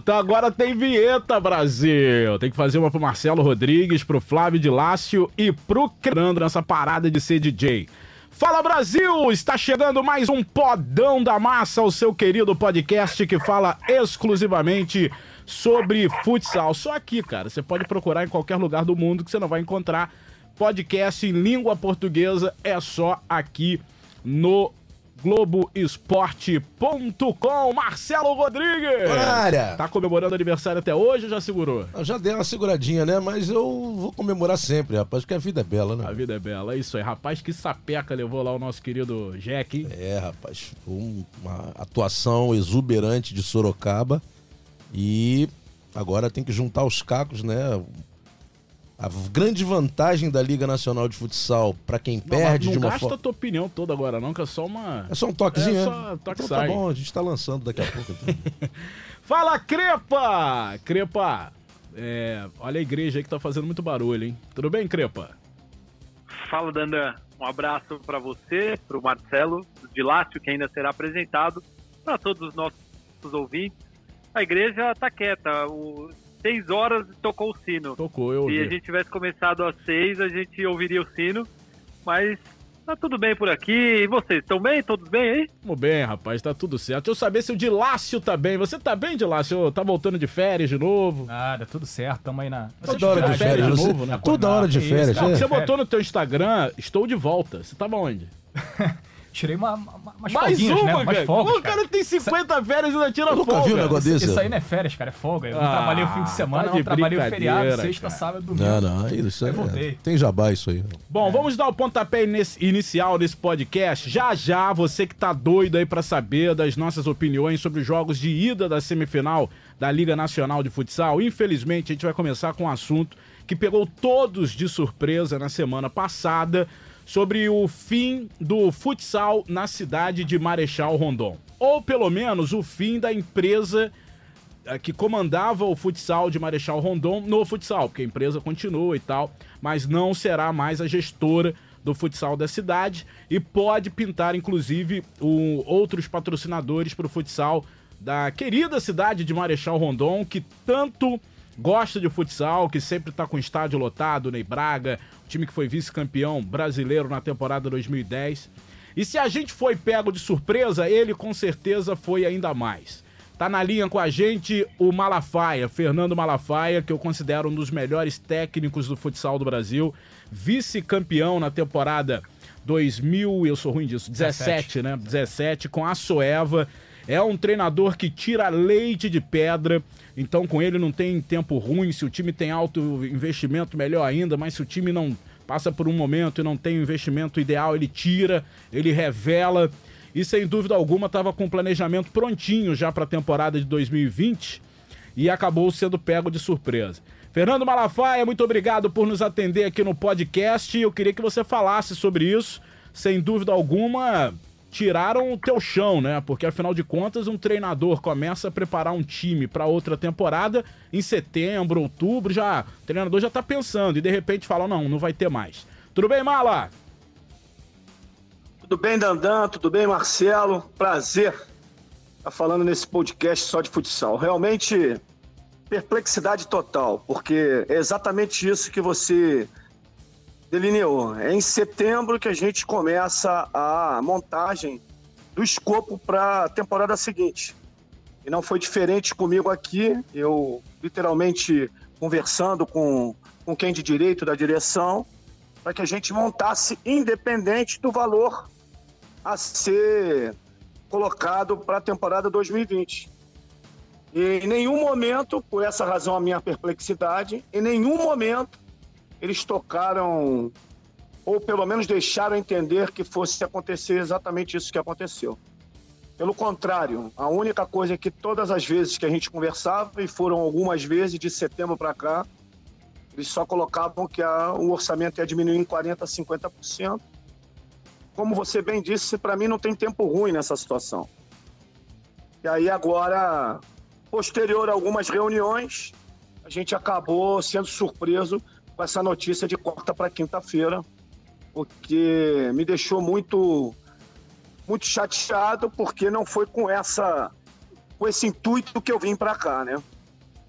volta, agora tem vinheta, Brasil. Tem que fazer uma pro Marcelo Rodrigues, pro Flávio de Lácio e pro Crando nessa parada de ser DJ. Fala, Brasil! Está chegando mais um Podão da Massa, o seu querido podcast que fala exclusivamente sobre futsal. Só aqui, cara, você pode procurar em qualquer lugar do mundo que você não vai encontrar podcast em língua portuguesa, é só aqui no Globoesporte.com. Marcelo Rodrigues! Olha! Tá comemorando aniversário até hoje ou já segurou? Eu já dei uma seguradinha, né? Mas eu vou comemorar sempre, rapaz, porque a vida é bela, né? A vida é bela, é isso aí. Rapaz, que sapeca levou lá o nosso querido Jack, hein? É, rapaz, uma atuação exuberante de Sorocaba e agora tem que juntar os cacos, né? A grande vantagem da Liga Nacional de Futsal pra quem perde de uma forma... Não gasta a tua opinião toda agora não, que é só uma... É só um toquezinho, é? Só toque então sai. Tá bom, a gente tá lançando daqui a pouco. Então. Fala, Crepa! Crepa, olha a igreja aí que tá fazendo muito barulho, hein? Tudo bem, Crepa? Fala, Dandan. Um abraço pra você, pro Marcelo de Lácio, que ainda será apresentado, para todos os nossos ouvintes. A igreja tá quieta, 6 horas tocou o sino. Tocou, eu ouvi. Se a gente tivesse começado às 6, a gente ouviria o sino, mas tá tudo bem por aqui. E vocês, estão bem? Todos bem aí? Tamo bem, rapaz, tá tudo certo. Deixa eu saber se o Dilácio tá bem. Você tá bem, Dilácio? Tá voltando de férias de novo? Nada, tudo certo, tamo aí na... Toda hora de férias, de novo, né? Toda hora de férias, Não, né? você botou no teu Instagram, estou de volta. Você tava onde? Tirei umas Mais folguinhas, uma, né? Umas cara. folgas, O cara tem 50 férias e ainda tira Eu nunca folga. vi um negócio desse. Isso aí não é férias, cara, é folga. Eu não trabalhei o fim de semana, tá de não trabalhei o feriado, brincadeira, sexta, cara. sábado, domingo. Não, isso Aí é... voltei. Tem jabá isso aí. Bom, vamos dar o pontapé inicial nesse podcast. Já, você que tá doido aí pra saber das nossas opiniões sobre os jogos de ida da semifinal da Liga Nacional de Futsal. Infelizmente, a gente vai começar com um assunto que pegou todos de surpresa na semana passada, sobre o fim do futsal na cidade de Marechal Rondon. Ou, pelo menos, o fim da empresa que comandava o futsal de Marechal Rondon no futsal, porque a empresa continua e tal, mas não será mais a gestora do futsal da cidade e pode pintar, inclusive, outros patrocinadores para o futsal da querida cidade de Marechal Rondon, que tanto gosta de futsal, que sempre tá com o estádio lotado, Ney Braga, o time que foi vice-campeão brasileiro na temporada 2010. E se a gente foi pego de surpresa, ele com certeza foi ainda mais. Tá na linha com a gente o Malafaia, Fernando Malafaia, que eu considero um dos melhores técnicos do futsal do Brasil, vice-campeão na temporada 2000, eu sou ruim disso, 17, né? 17, com a Soeva. É um treinador que tira leite de pedra, então com ele não tem tempo ruim. Se o time tem alto investimento, melhor ainda, mas se o time não passa por um momento e não tem o investimento ideal, ele tira, ele revela. E sem dúvida alguma estava com o planejamento prontinho já para a temporada de 2020 e acabou sendo pego de surpresa. Fernando Malafaia, muito obrigado por nos atender aqui no podcast. Eu queria que você falasse sobre isso. Sem dúvida alguma, tiraram o teu chão, né? Porque, afinal de contas, um treinador começa a preparar um time para outra temporada em setembro, outubro, o treinador já tá pensando e, de repente, fala, não vai ter mais. Tudo bem, Mala? Tudo bem, Dandan? Tudo bem, Marcelo? Prazer estar falando nesse podcast só de futsal. Realmente, perplexidade total, porque é exatamente isso que você delineou. É em setembro que a gente começa a montagem do escopo para a temporada seguinte. E não foi diferente comigo aqui. Eu, literalmente, conversando com quem de direito da direção, para que a gente montasse independente do valor a ser colocado para a temporada 2020. E em nenhum momento, por essa razão a minha perplexidade, em nenhum momento eles tocaram, ou pelo menos deixaram entender que fosse acontecer exatamente isso que aconteceu. Pelo contrário, a única coisa é que todas as vezes que a gente conversava, e foram algumas vezes de setembro para cá, eles só colocavam que o orçamento ia diminuir em 40% a 50%. Como você bem disse, para mim não tem tempo ruim nessa situação. E aí agora, posterior a algumas reuniões, a gente acabou sendo surpreso com essa notícia de quarta para quinta-feira, porque me deixou muito chateado, porque não foi com esse intuito que eu vim para cá, né?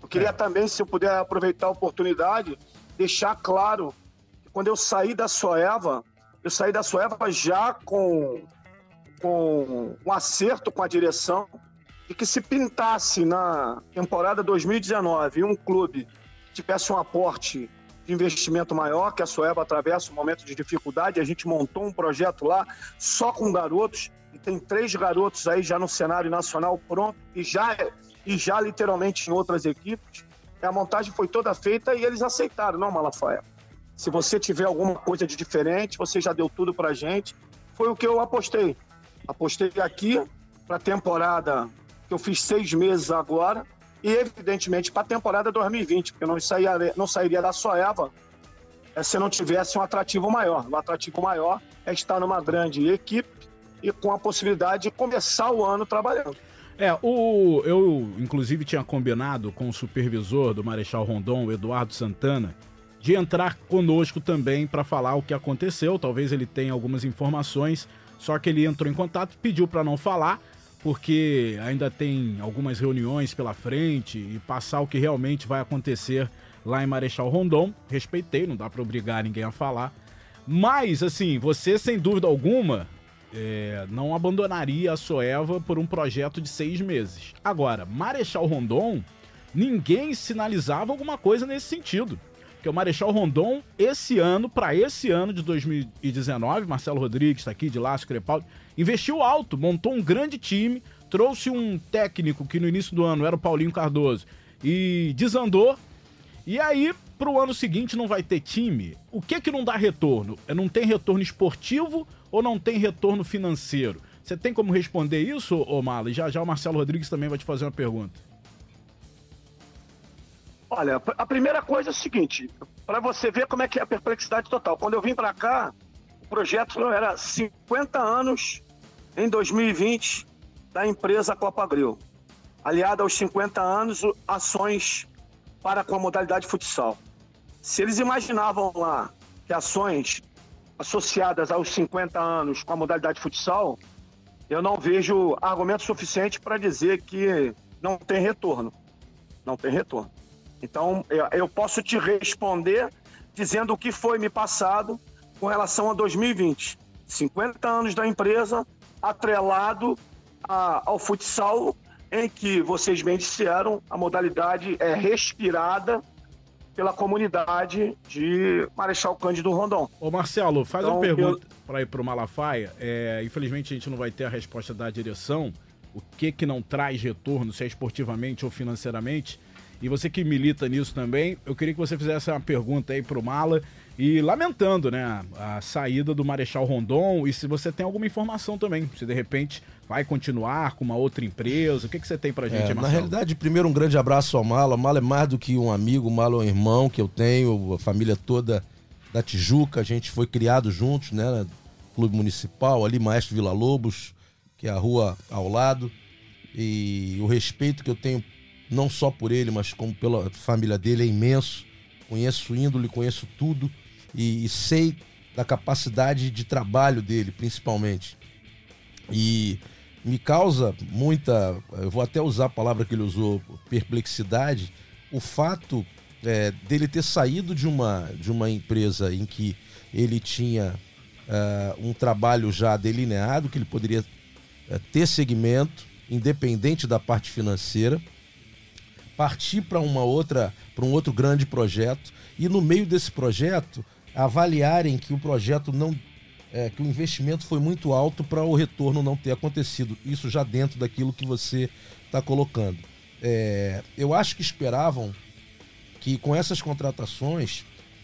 Eu queria também, se eu puder aproveitar a oportunidade, deixar claro que quando eu saí da Soeva já com um acerto com a direção de que se pintasse na temporada 2019 um clube que tivesse um aporte de investimento maior, que a Soeva atravessa um momento de dificuldade, a gente montou um projeto lá só com garotos, e tem 3 garotos aí já no cenário nacional pronto, e já literalmente em outras equipes. A montagem foi toda feita e eles aceitaram, não, Malafaia? Se você tiver alguma coisa de diferente, você já deu tudo pra gente. Foi o que eu apostei. Apostei aqui para a temporada que eu fiz 6 meses agora, e evidentemente para a temporada 2020, porque eu não sairia da Soeva se não tivesse um atrativo maior. O atrativo maior é estar numa grande equipe e com a possibilidade de começar o ano trabalhando. Eu inclusive tinha combinado com o supervisor do Marechal Rondon, o Eduardo Santana, de entrar conosco também para falar o que aconteceu. Talvez ele tenha algumas informações, só que ele entrou em contato, pediu para não falar, porque ainda tem algumas reuniões pela frente e passar o que realmente vai acontecer lá em Marechal Rondon. Respeitei, não dá para obrigar ninguém a falar. Mas, assim, você, sem dúvida alguma, não abandonaria a Soeva por um projeto de 6 meses. Agora, Marechal Rondon, ninguém sinalizava alguma coisa nesse sentido. Porque o Marechal Rondon, para esse ano de 2019, Marcelo Rodrigues está aqui, de Lácio Crepaldi, investiu alto, montou um grande time, trouxe um técnico que no início do ano era o Paulinho Cardoso e desandou. E aí, para o ano seguinte não vai ter time. O que não dá retorno? Não tem retorno esportivo ou não tem retorno financeiro? Você tem como responder isso, ô Mala? E já o Marcelo Rodrigues também vai te fazer uma pergunta. Olha, a primeira coisa é o seguinte, para você ver como é que é a perplexidade total. Quando eu vim para cá, o projeto era 50 anos em 2020 da empresa Copa Grill. Aliado aos 50 anos, ações para com a modalidade futsal. Se eles imaginavam lá que ações associadas aos 50 anos com a modalidade futsal, eu não vejo argumento suficiente para dizer que não tem retorno. Não tem retorno. Então, eu posso te responder dizendo o que foi me passado com relação a 2020. 50 anos da empresa, atrelado ao futsal, em que, vocês bem disseram, a modalidade é respirada pela comunidade de Marechal Cândido Rondon. Ô Marcelo, faz uma pergunta para ir para o Malafaia. Infelizmente a gente não vai ter a resposta da direção, o que não traz retorno, se é esportivamente ou financeiramente. E você que milita nisso também, eu queria que você fizesse uma pergunta aí pro Mala e lamentando, né, a saída do Marechal Rondon, e se você tem alguma informação também, se de repente vai continuar com uma outra empresa, o que você tem pra gente, Marcelo? Na realidade, primeiro um grande abraço ao Mala. O Mala é mais do que um amigo, o Mala é um irmão que eu tenho, a família toda da Tijuca, a gente foi criado juntos, né, no Clube Municipal, ali, Maestro Vila Lobos, que é a rua ao lado, e o respeito que eu tenho não só por ele, mas como pela família dele, é imenso. Conheço índole, conheço tudo e sei da capacidade de trabalho dele, principalmente. E me causa muita, eu vou até usar a palavra que ele usou, perplexidade, o fato dele ter saído de uma empresa em que ele tinha um trabalho já delineado, que ele poderia ter segmento, independente da parte financeira, partir para um outro grande projeto e no meio desse projeto avaliarem que o projeto que o investimento foi muito alto para o retorno não ter acontecido. Isso já dentro daquilo que você está colocando. Eu acho que esperavam que com essas contratações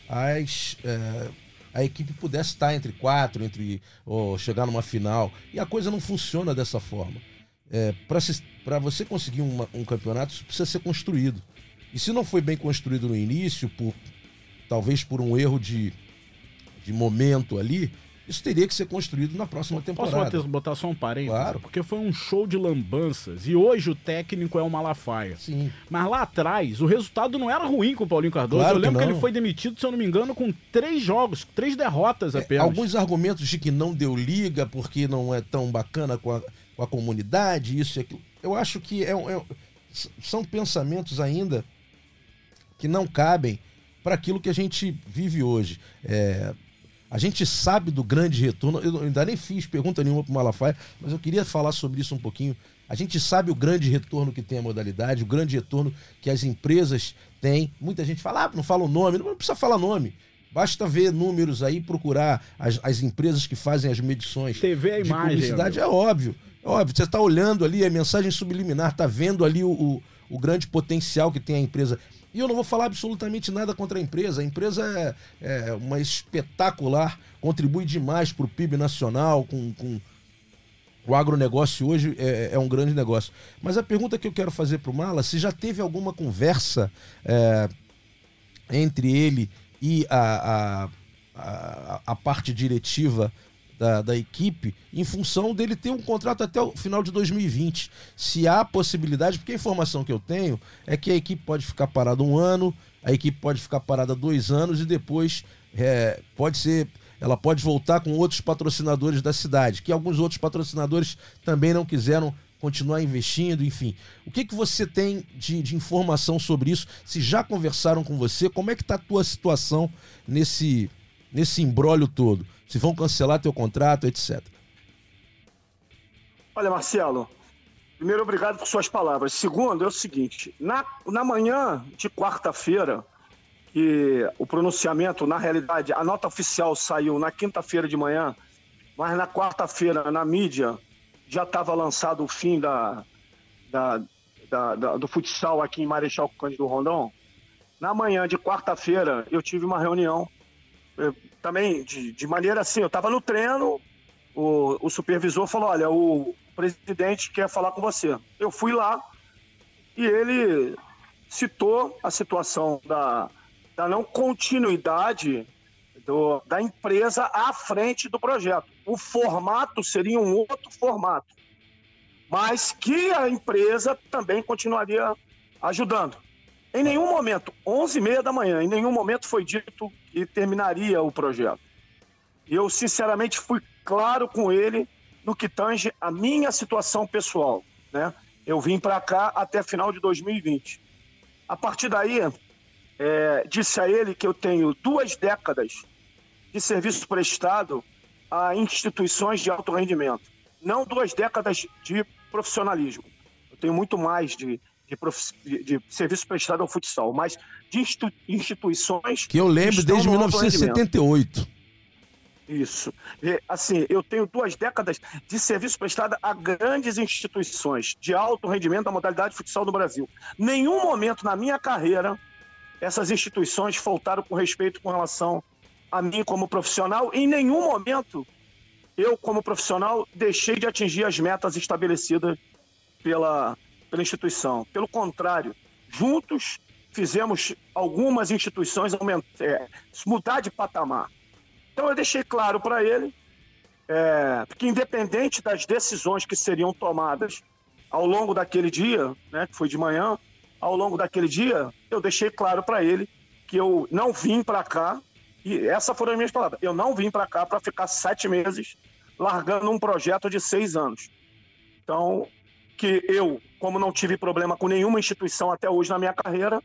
a equipe pudesse estar entre 4, ou chegar numa final, e a coisa não funciona dessa forma. Para você conseguir um campeonato, isso precisa ser construído. E se não foi bem construído no início, talvez por um erro de momento ali, isso teria que ser construído na próxima temporada. Posso botar só um parênteses? Claro. Porque foi um show de lambanças. E hoje o técnico é o Malafaia. Sim. Mas lá atrás, o resultado não era ruim com o Paulinho Cardoso. Claro, eu lembro que não. ele foi demitido, se eu não me engano, com 3 jogos, 3 derrotas apenas. Alguns argumentos de que não deu liga porque não é tão bacana com a comunidade, isso e aquilo. Eu acho que são pensamentos ainda que não cabem para aquilo que a gente vive hoje. A gente sabe do grande retorno, eu ainda nem fiz pergunta nenhuma para o Malafaia, mas eu queria falar sobre isso um pouquinho. A gente sabe o grande retorno que tem a modalidade, o grande retorno que as empresas têm. Muita gente fala, não fala o nome, não precisa falar nome. Basta ver números aí, procurar as empresas que fazem as medições TV, a de imagem, publicidade. É óbvio. Você está olhando ali a mensagem subliminar, está vendo ali o grande potencial que tem a empresa. E eu não vou falar absolutamente nada contra a empresa. A empresa é uma espetacular, contribui demais para o PIB nacional, com o agronegócio hoje é um grande negócio. Mas a pergunta que eu quero fazer para o Mala, se já teve alguma conversa entre ele e a parte diretiva da equipe, em função dele ter um contrato até o final de 2020. Se há possibilidade, porque a informação que eu tenho é que a equipe pode ficar parada 1 ano, a equipe pode ficar parada 2 anos e depois ela pode voltar com outros patrocinadores da cidade, que alguns outros patrocinadores também não quiseram continuar investindo, enfim. O que você tem de informação sobre isso? Se já conversaram com você, como é que está a tua situação nesse imbróglio todo? Se vão cancelar teu contrato, etc. Olha, Marcelo, primeiro, obrigado por suas palavras. Segundo, é o seguinte, na manhã de quarta-feira, que o pronunciamento, na realidade, a nota oficial saiu na quinta-feira de manhã, mas na quarta-feira, na mídia, já estava lançado o fim do futsal aqui em Marechal Cândido Rondon. Na manhã de quarta-feira, eu tive uma reunião, também de maneira assim, eu estava no treino, o supervisor falou, olha, o presidente quer falar com você. Eu fui lá e ele citou a situação da não continuidade da empresa à frente do projeto. O formato seria um outro formato, mas que a empresa também continuaria ajudando. Em nenhum momento, 11h30 da manhã, em nenhum momento foi dito que terminaria o projeto. Eu, sinceramente, fui claro com ele no que tange a minha situação pessoal, né? Eu vim para cá até final de 2020. A partir daí, disse a ele que eu tenho 2 décadas de serviço prestado a instituições de alto rendimento. Não 2 décadas de profissionalismo. Eu tenho muito mais de serviço prestado ao futsal, mas de instituições... Que eu lembro desde 1978. Isso. Assim, eu tenho 2 décadas de serviço prestado a grandes instituições de alto rendimento da modalidade futsal do Brasil. Nenhum momento na minha carreira essas instituições faltaram com respeito com relação a mim como profissional. Em nenhum momento eu, como profissional, deixei de atingir as metas estabelecidas pela instituição. Pelo contrário, juntos fizemos algumas instituições mudar de patamar. Então eu deixei claro para ele que, independente das decisões que seriam tomadas ao longo daquele dia, né, que foi de manhã, ao longo daquele dia, eu deixei claro para ele que eu não vim para cá, e essas foram as minhas palavras, eu não vim para cá para ficar 7 meses largando um projeto de 6 anos. Então, que eu, como não tive problema com nenhuma instituição até hoje na minha carreira,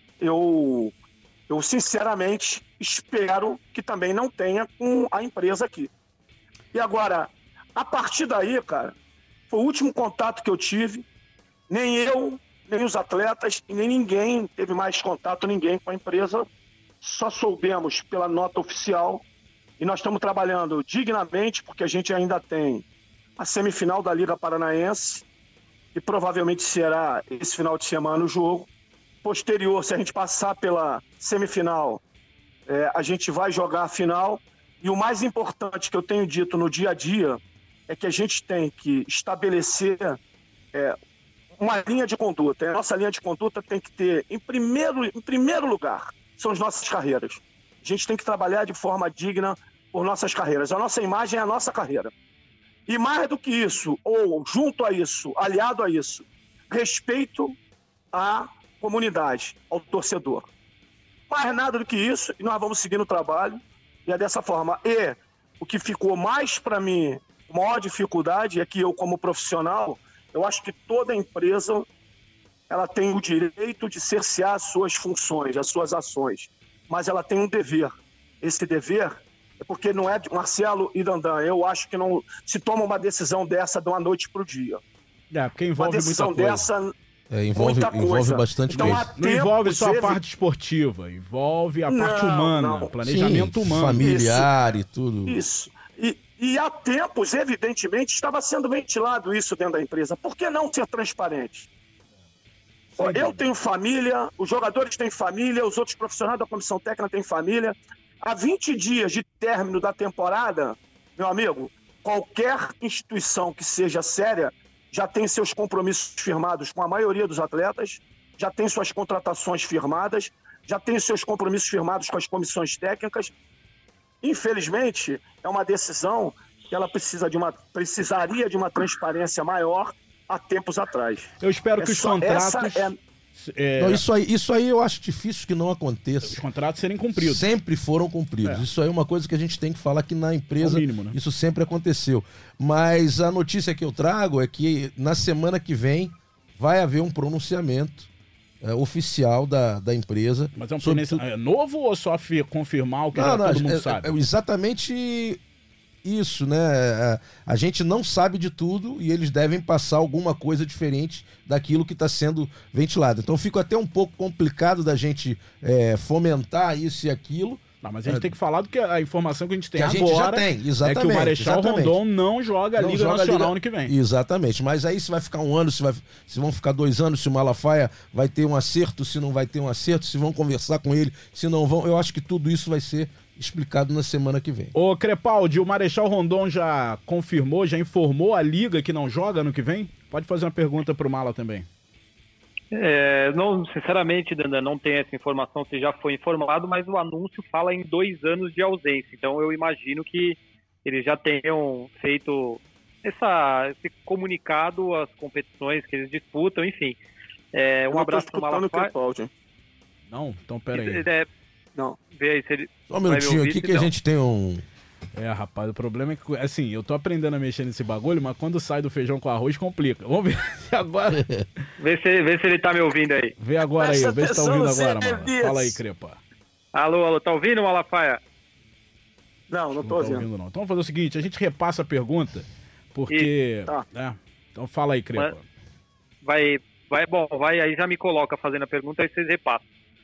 eu sinceramente espero que também não tenha com a empresa aqui. E agora, a partir daí, cara, foi o último contato que eu tive, nem eu, nem os atletas, nem ninguém teve mais contato, ninguém com a empresa, só soubemos pela nota oficial, e nós estamos trabalhando dignamente, porque a gente ainda tem a semifinal da Liga Paranaense, e provavelmente será esse final de semana o jogo. Posterior, se a gente passar pela semifinal, a gente vai jogar a final. E o mais importante que eu tenho dito no dia a dia é que a gente tem que estabelecer uma linha de conduta. A nossa linha de conduta tem que ter, em primeiro lugar, são as nossas carreiras. A gente tem que trabalhar de forma digna por nossas carreiras. A nossa imagem é a nossa carreira. E mais do que isso, ou junto a isso, aliado a isso, respeito à comunidade, ao torcedor. Mais nada do que isso, e nós vamos seguir no trabalho, e é dessa forma. E o que ficou mais para mim, a maior dificuldade é que eu, como profissional, eu acho que toda empresa ela tem o direito de cercear as suas funções, as suas ações, mas ela tem um dever. Esse dever é porque não é Marcelo e Dandan. Eu acho que não se toma uma decisão dessa de uma noite para o dia. Porque envolve uma decisão muita coisa. dessa envolve bastante então, coisa. Não envolve só a parte esportiva, envolve a parte humana, planejamento humano. Familiar e tudo. Isso. E há tempos, evidentemente, estava sendo ventilado isso dentro da empresa. Por que não ser transparente? Eu tenho família, os jogadores têm família, os outros profissionais da comissão técnica têm família. Há 20 dias de término da temporada, meu amigo, qualquer instituição que seja séria já tem seus compromissos firmados com a maioria dos atletas, já tem suas contratações firmadas, já tem seus compromissos firmados com as comissões técnicas. Infelizmente, é uma decisão que ela precisaria de uma transparência maior há tempos atrás. Eu espero que os contratos... Não, isso aí eu acho difícil que não aconteça. Os contratos serem cumpridos. Sempre foram cumpridos. Isso aí é uma coisa que a gente tem que falar que na empresa mínimo, né? Isso sempre aconteceu. Mas a notícia que eu trago é que na semana que vem vai haver um pronunciamento oficial da empresa. Mas é um pronunciamento novo ou só confirmar o que todo mundo sabe? É exatamente isso, né? A gente não sabe de tudo e eles devem passar alguma coisa diferente daquilo que está sendo ventilado. Então fica até um pouco complicado da gente fomentar isso e aquilo. Não, mas a gente tem que falar do que a informação que a gente tem agora. A gente já tem, exatamente. É que o Marechal Rondon não joga a Liga Nacional ano que vem. Exatamente. Mas aí se vai ficar um ano, se vão ficar 2 anos, se o Malafaia vai ter um acerto, se não vai ter um acerto, se vão conversar com ele, se não vão. Eu acho que tudo isso vai ser explicado na semana que vem. Ô Crepaldi, o Marechal Rondon já confirmou, já informou a Liga que não joga ano que vem? Pode fazer uma pergunta pro Mala também. Não, sinceramente, Dandan, não tem essa informação se já foi informado, mas o anúncio fala em 2 anos de ausência. Então eu imagino que eles já tenham feito esse comunicado às competições que eles disputam, enfim. Um abraço pro Malafaia. Não? Então pera aí. Não. Vê aí se ele. Só um minutinho aqui que a gente tem um. Rapaz, o problema é que, assim, eu tô aprendendo a mexer nesse bagulho, mas quando sai do feijão com arroz, complica. Vamos ver se agora... Vê se ele tá me ouvindo aí. Vê agora aí, vê se tá ouvindo agora, mano. Fala aí, Crepa. Alô, tá ouvindo, Malafaia? Não tô ouvindo. Não. Então vamos fazer o seguinte, a gente repassa a pergunta, porque... Então fala aí, Crepa. Vai, aí já me coloca fazendo a pergunta, aí vocês repassam.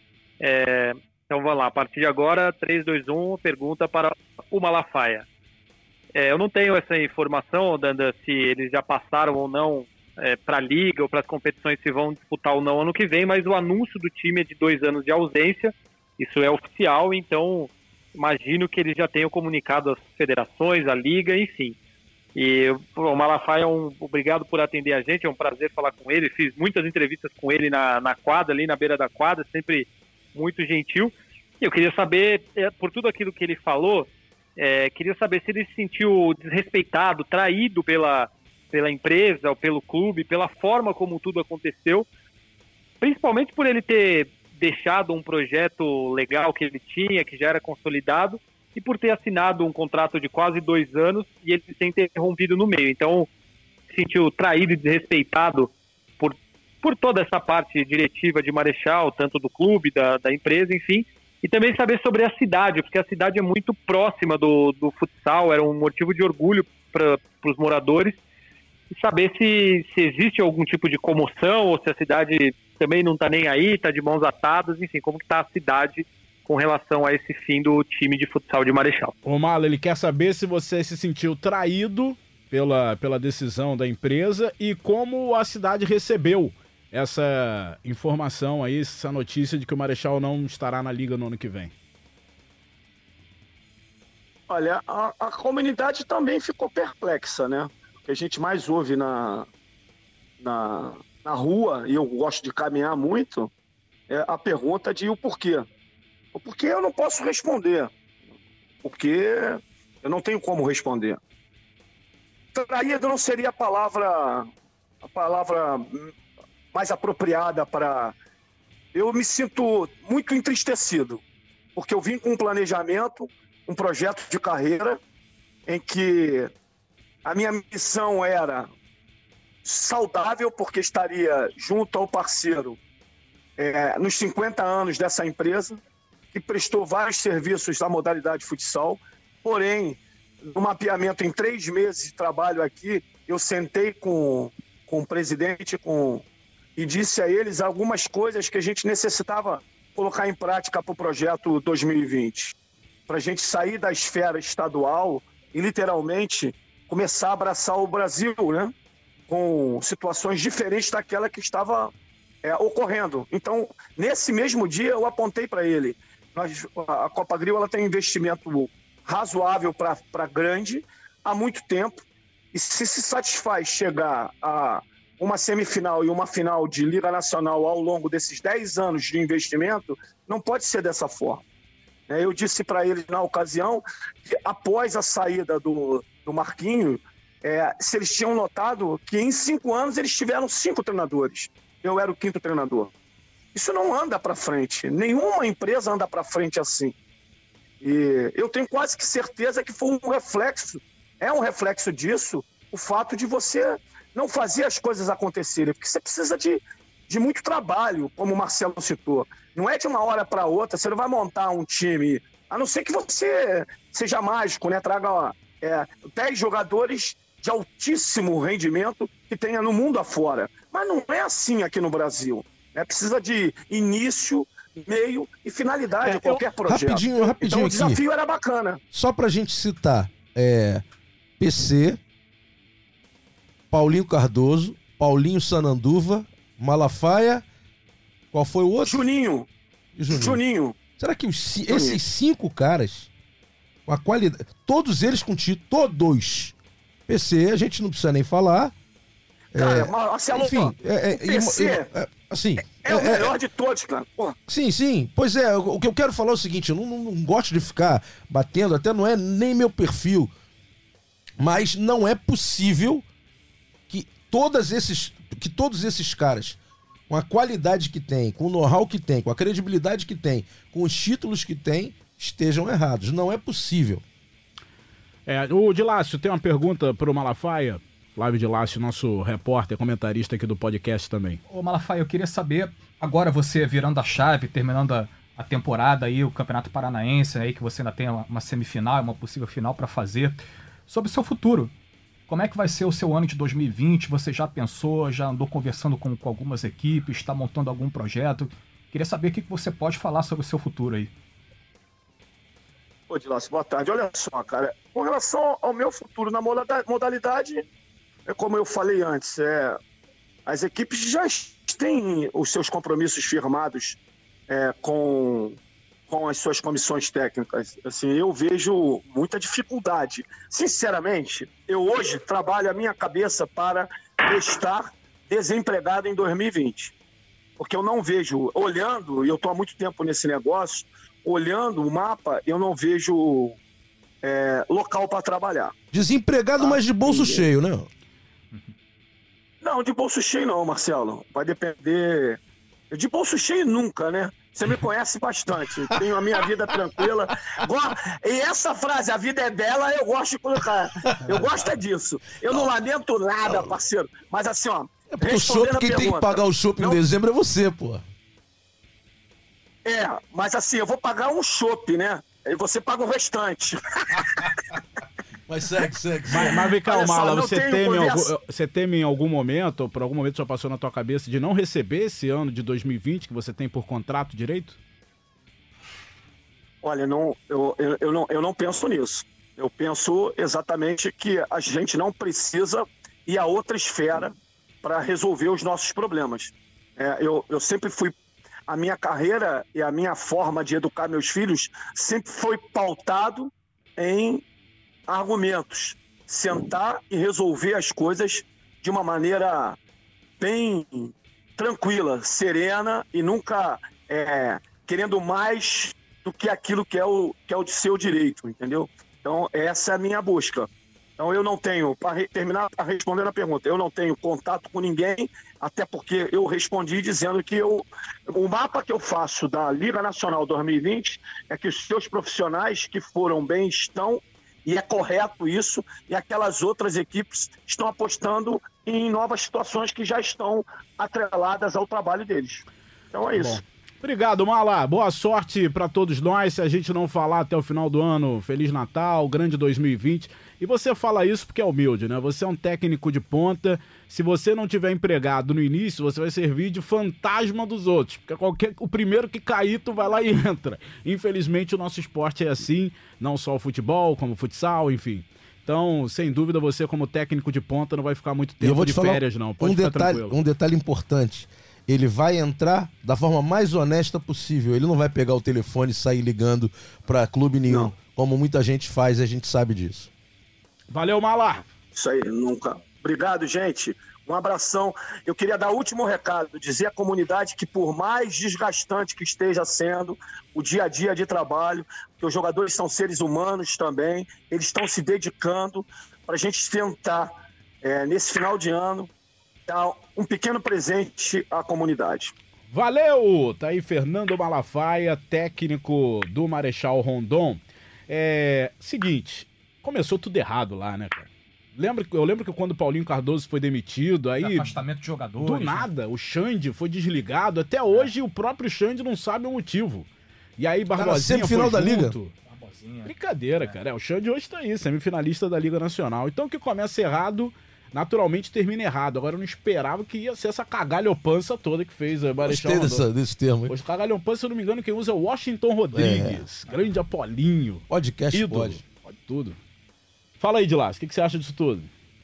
Então vamos lá, a partir de agora, 3, 2, 1, pergunta para o Malafaia. Eu não tenho essa informação, Danda, se eles já passaram ou não para a Liga ou para as competições, se vão disputar ou não ano que vem, mas o anúncio do time é de 2 anos de ausência, isso é oficial, então imagino que eles já tenham comunicado às federações, à Liga, enfim. E o Malafaia, obrigado por atender a gente, é um prazer falar com ele, fiz muitas entrevistas com ele na quadra, ali na beira da quadra, sempre muito gentil. Eu queria saber, por tudo aquilo que ele falou, queria saber se ele se sentiu desrespeitado, traído pela empresa ou pelo clube, pela forma como tudo aconteceu, principalmente por ele ter deixado um projeto legal que ele tinha, que já era consolidado, e por ter assinado um contrato de quase 2 anos e ele ser interrompido no meio. Então, se sentiu traído e desrespeitado por toda essa parte diretiva de Marechal, tanto do clube, da empresa, enfim, e também saber sobre a cidade, porque a cidade é muito próxima do futsal, era um motivo de orgulho para os moradores, e saber se existe algum tipo de comoção, ou se a cidade também não está nem aí, está de mãos atadas, enfim, como que está a cidade com relação a esse fim do time de futsal de Marechal. Ô Malo, ele quer saber se você se sentiu traído pela decisão da empresa e como a cidade recebeu essa informação aí, essa notícia de que o Marechal não estará na Liga no ano que vem. Olha, a comunidade também ficou perplexa, né? O que a gente mais ouve na rua, e eu gosto de caminhar muito, é a pergunta de o porquê. O porquê eu não posso responder, porque eu não tenho como responder. Traído não seria a palavra mais apropriada para... Eu me sinto muito entristecido, porque eu vim com um planejamento, um projeto de carreira, em que a minha missão era saudável, porque estaria junto ao parceiro nos 50 anos dessa empresa, que prestou vários serviços à modalidade futsal. Porém, no mapeamento em 3 meses de trabalho aqui, eu sentei com o presidente e disse a eles algumas coisas que a gente necessitava colocar em prática para o projeto 2020, para a gente sair da esfera estadual e literalmente começar a abraçar o Brasil, né? Com situações diferentes daquela que estava ocorrendo. Então, nesse mesmo dia, eu apontei para ele. A Copagril ela tem um investimento razoável para grande há muito tempo, e se satisfaz chegar a uma semifinal e uma final de Liga Nacional ao longo desses 10 anos de investimento, não pode ser dessa forma. Eu disse para eles na ocasião que após a saída do Marquinho, se eles tinham notado que em 5 anos eles tiveram 5 treinadores. Eu era o 5º treinador. Isso não anda para frente. Nenhuma empresa anda para frente assim. E eu tenho quase que certeza que foi um reflexo disso, o fato de você não fazer as coisas acontecerem, porque você precisa de muito trabalho, como o Marcelo citou. Não é de uma hora para outra, você não vai montar um time, a não ser que você seja mágico, né? Traga 10 jogadores de altíssimo rendimento que tenha no mundo afora. Mas não é assim aqui no Brasil. Precisa de início, meio e finalidade de qualquer projeto. Rapidinho então o desafio aqui. era bacana. Só pra gente citar, PC, Paulinho Cardoso, Paulinho Sananduva, Malafaia, qual foi o outro? Juninho. Será que esses 5 caras, com a qualidade, todos eles com título, todos, PC, a gente não precisa nem falar. Cara, Marcelo, enfim, PC assim, o melhor de todos, cara. Pô. Sim. Pois o que eu quero falar é o seguinte, eu não gosto de ficar batendo, até não é nem meu perfil, mas não é possível que todos esses caras, com a qualidade que tem, com o know-how que tem, com a credibilidade que tem, com os títulos que tem, estejam errados. Não é possível. O Dilácio tem uma pergunta pro Malafaia. Flávio Dilácio, nosso repórter, comentarista aqui do podcast também. Ô Malafaia, eu queria saber, agora você virando a chave, terminando a temporada aí, o Campeonato Paranaense, aí que você ainda tem uma semifinal, uma possível final para fazer, sobre o seu futuro. Como é que vai ser o seu ano de 2020? Você já pensou, já andou conversando com algumas equipes, está montando algum projeto? Queria saber o que você pode falar sobre o seu futuro aí. Ô, Dilácio, boa tarde. Olha só, cara, com relação ao meu futuro na modalidade, como eu falei antes, as equipes já têm os seus compromissos firmados com as suas comissões técnicas. Assim, eu vejo muita dificuldade. Sinceramente, eu hoje trabalho a minha cabeça para estar desempregado em 2020. Porque eu não vejo, olhando, e eu estou há muito tempo nesse negócio, olhando o mapa, eu não vejo local para trabalhar. Desempregado, mas de bolso cheio, né? Não, de bolso cheio não, Marcelo. Vai depender... De bolso cheio nunca, né? Você me conhece bastante. Tenho a minha vida tranquila. E essa frase, a vida é bela, eu gosto de colocar. Eu gosto disso. Eu não lamento nada, parceiro. Mas assim, ó... porque o chopp, quem tem que pagar o chopp em dezembro é você, pô. Mas assim, eu vou pagar um chopp, né? E você paga o restante. Mas segue. Mas vem cá, Mala, você teme em algum momento, ou por algum momento só passou na tua cabeça, de não receber esse ano de 2020 que você tem por contrato direito? Olha, eu não penso nisso. Eu penso exatamente que a gente não precisa ir a outra esfera para resolver os nossos problemas. Eu sempre fui... A minha carreira e a minha forma de educar meus filhos sempre foi pautado em argumentos. Sentar e resolver as coisas de uma maneira bem tranquila, serena e nunca querendo mais do que aquilo que é o de seu direito, entendeu? Então, essa é a minha busca. Então, eu não tenho, para terminar respondendo a pergunta, eu não tenho contato com ninguém, até porque eu respondi dizendo que o mapa que eu faço da Liga Nacional 2020 é que os seus profissionais que foram bem estão, e é correto isso, e aquelas outras equipes estão apostando e em novas situações que já estão atreladas ao trabalho deles. Então é isso. Bom. Obrigado, Mala. Boa sorte para todos nós. Se a gente não falar até o final do ano, Feliz Natal, grande 2020. E você fala isso porque é humilde, né? Você é um técnico de ponta. Se você não tiver empregado no início, você vai servir de fantasma dos outros. Porque o primeiro que cair, tu vai lá e entra. Infelizmente, o nosso esporte é assim. Não só o futebol, como o futsal, enfim. Então, sem dúvida, você como técnico de ponta não vai ficar muito tempo de férias, não. Pode ficar tranquilo. Um detalhe importante. Ele vai entrar da forma mais honesta possível. Ele não vai pegar o telefone e sair ligando para clube nenhum, não, como muita gente faz, e a gente sabe disso. Valeu, Mala! Isso aí, nunca. Obrigado, gente. Um abração. Eu queria dar o último recado, dizer à comunidade que por mais desgastante que esteja sendo o dia a dia de trabalho, que os jogadores são seres humanos também, eles estão se dedicando para a gente tentar, nesse final de ano, dar um pequeno presente à comunidade. Valeu! Tá aí Fernando Malafaia, técnico do Marechal Rondon. Seguinte, começou tudo errado lá, né, cara? Eu lembro que quando o Paulinho Cardoso foi demitido, aí... Afastamento de jogadores. Do nada, o Xande foi desligado. Até hoje o próprio Xande não sabe o motivo. E aí Barbosinha foi final da Liga. Brincadeira, cara. O Xande hoje tá aí, semifinalista da Liga Nacional. Então o que começa errado... naturalmente termina errado. Agora eu não esperava que ia ser essa cagalhopança toda que fez a Marechal Rondon. Gostei desse termo, hein? Hoje cagalhopança, se eu não me engano, quem usa é o Washington Rodrigues. Grande Apolinho. Podcast ídolo. Pode tudo. Fala aí, Dilas, o que você acha disso tudo?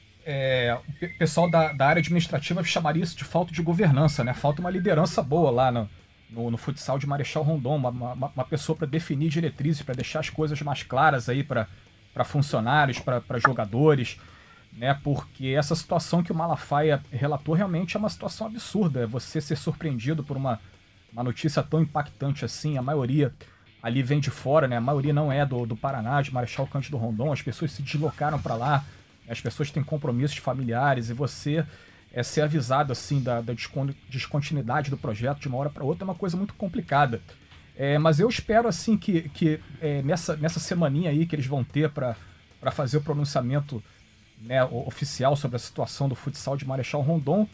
O pessoal da área administrativa chamaria isso de falta de governança, né? Falta uma liderança boa lá no futsal de Marechal Rondon, uma pessoa para definir diretrizes, para deixar as coisas mais claras aí para funcionários, para jogadores, né? Porque essa situação que o Malafaia relatou realmente é uma situação absurda. É você ser surpreendido por uma notícia tão impactante assim. A maioria ali vem de fora, né? A maioria não é do Paraná, de Marechal Cândido Rondon. As pessoas se deslocaram para lá, as pessoas têm compromissos familiares, e você ser avisado assim da descontinuidade do projeto de uma hora para outra é uma coisa muito complicada. Mas eu espero assim que nessa semaninha aí que eles vão ter para fazer o pronunciamento, né, oficial sobre a situação do futsal de Marechal Rondon,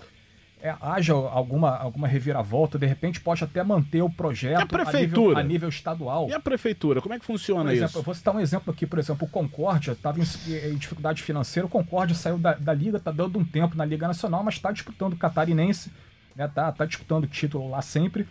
haja alguma reviravolta, de repente pode até manter o projeto a nível estadual. E a prefeitura, como é que funciona isso? Eu vou citar um exemplo aqui, por exemplo, o Concórdia estava em dificuldade financeira, o Concórdia saiu da Liga, está dando um tempo na Liga Nacional, mas está disputando o Catarinense, né, tá disputando o título lá sempre,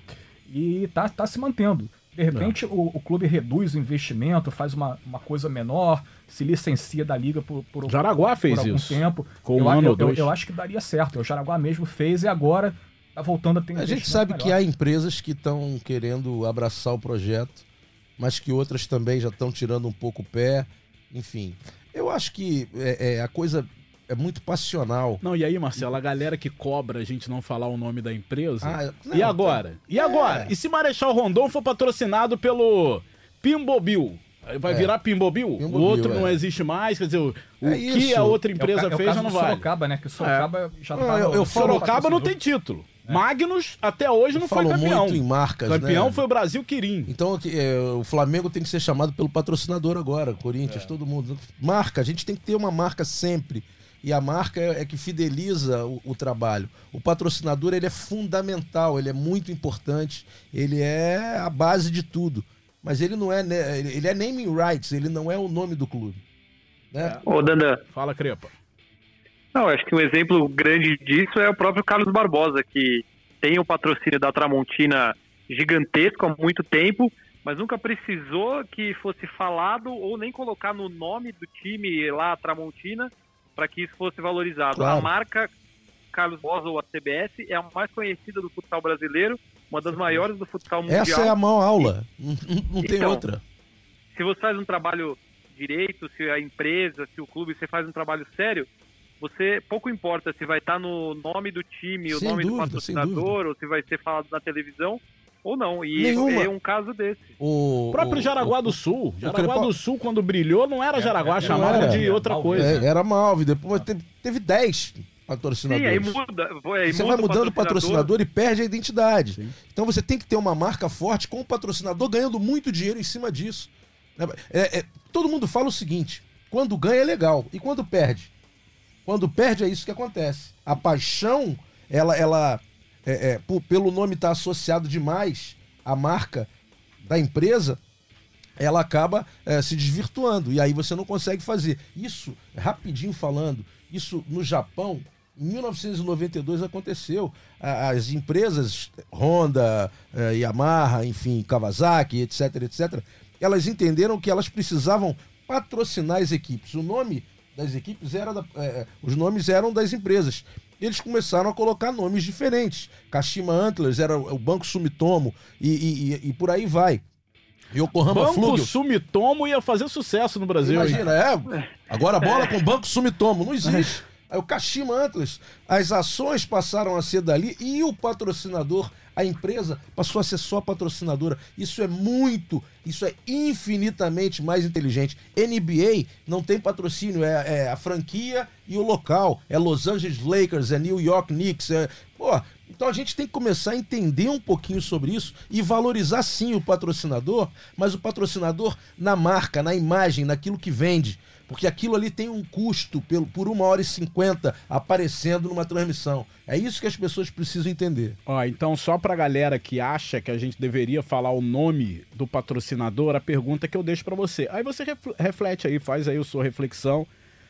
e tá se mantendo. De repente o clube reduz o investimento, faz uma coisa menor, se licencia da Liga por Jaraguá fez algum isso. tempo. Com um ano ou dois. Eu acho que daria certo. O Jaraguá mesmo fez e agora tá voltando a ter investimento. A gente sabe melhor. que há empresas que estão querendo abraçar o projeto, mas que outras também já estão tirando um pouco o pé. Enfim, eu acho que a coisa é muito passional. Não, e aí, Marcelo, a galera que cobra a gente não falar o nome da empresa... não, e agora? E agora? E se Marechal Rondon for patrocinado pelo Pimbobil? Vai virar Pimbobil? O outro não existe mais, quer dizer, o que a outra empresa fez já não vale. Sorocaba, né? Que o Sorocaba já Sorocaba não tem título. Magnus, até hoje, não foi campeão. Muito em marcas, campeão foi o Brasil Quirim. Então, o Flamengo tem que ser chamado pelo patrocinador agora, Corinthians, todo mundo. Marca, a gente tem que ter uma marca sempre. E a marca é que fideliza o trabalho. O patrocinador, ele é fundamental, ele é muito importante, ele é a base de tudo. Mas ele não é, ele é naming rights, ele não é o nome do clube. Né? Ô, Dandan. Fala, Crepa. Não, acho que um exemplo grande disso é o próprio Carlos Barbosa, que tem o patrocínio da Tramontina gigantesco há muito tempo, mas nunca precisou que fosse falado ou nem colocar no nome do time lá a Tramontina para que isso fosse valorizado. Claro. A marca Carlos Barbosa, ou a CBS, é a mais conhecida do futsal brasileiro, uma das maiores do futsal mundial. Essa é a maior aula, não tem outra. Se você faz um trabalho direito, se a empresa, se o clube, você faz um trabalho sério, você pouco importa se vai estar no nome do time, o nome do patrocinador, ou se vai ser falado na televisão, ou não. E é um caso desse. O próprio Jaraguá do Sul. Jaraguá do Sul, quando brilhou, não era Jaraguá, chamava de outra coisa. Era Malve, depois teve 10 patrocinadores. Sim, aí muda. Você vai mudando o patrocinador e perde a identidade. Sim. Então você tem que ter uma marca forte com o patrocinador ganhando muito dinheiro em cima disso. Todo mundo fala o seguinte: quando ganha é legal, e quando perde? Quando perde, é isso que acontece. A paixão, pelo nome estar associado demais à marca da empresa, ela acaba se desvirtuando. E aí você não consegue fazer. Isso, rapidinho falando, isso no Japão, em 1992 aconteceu. As empresas, Honda, Yamaha, enfim, Kawasaki, etc., elas entenderam que elas precisavam patrocinar as equipes. O nome das equipes os nomes eram das empresas. Eles começaram a colocar nomes diferentes. Kashima Antlers era o Banco Sumitomo e por aí vai. Yokohama Banco Flugel. Sumitomo ia fazer sucesso no Brasil. Imagina, agora a bola com Banco Sumitomo, não existe. Aí o Kashima Antlers, as ações passaram a ser dali e o patrocinador, a empresa, passou a ser só patrocinadora. Isso é infinitamente mais inteligente. NBA não tem patrocínio, é a franquia e o local. É Los Angeles Lakers, é New York Knicks. Então a gente tem que começar a entender um pouquinho sobre isso e valorizar sim o patrocinador, mas o patrocinador na marca, na imagem, naquilo que vende. Porque aquilo ali tem um custo por 1h50 aparecendo numa transmissão. É isso que as pessoas precisam entender. Então só pra galera que acha que a gente deveria falar o nome do patrocinador, a pergunta que eu deixo pra você. Aí você reflete aí, faz aí a sua reflexão.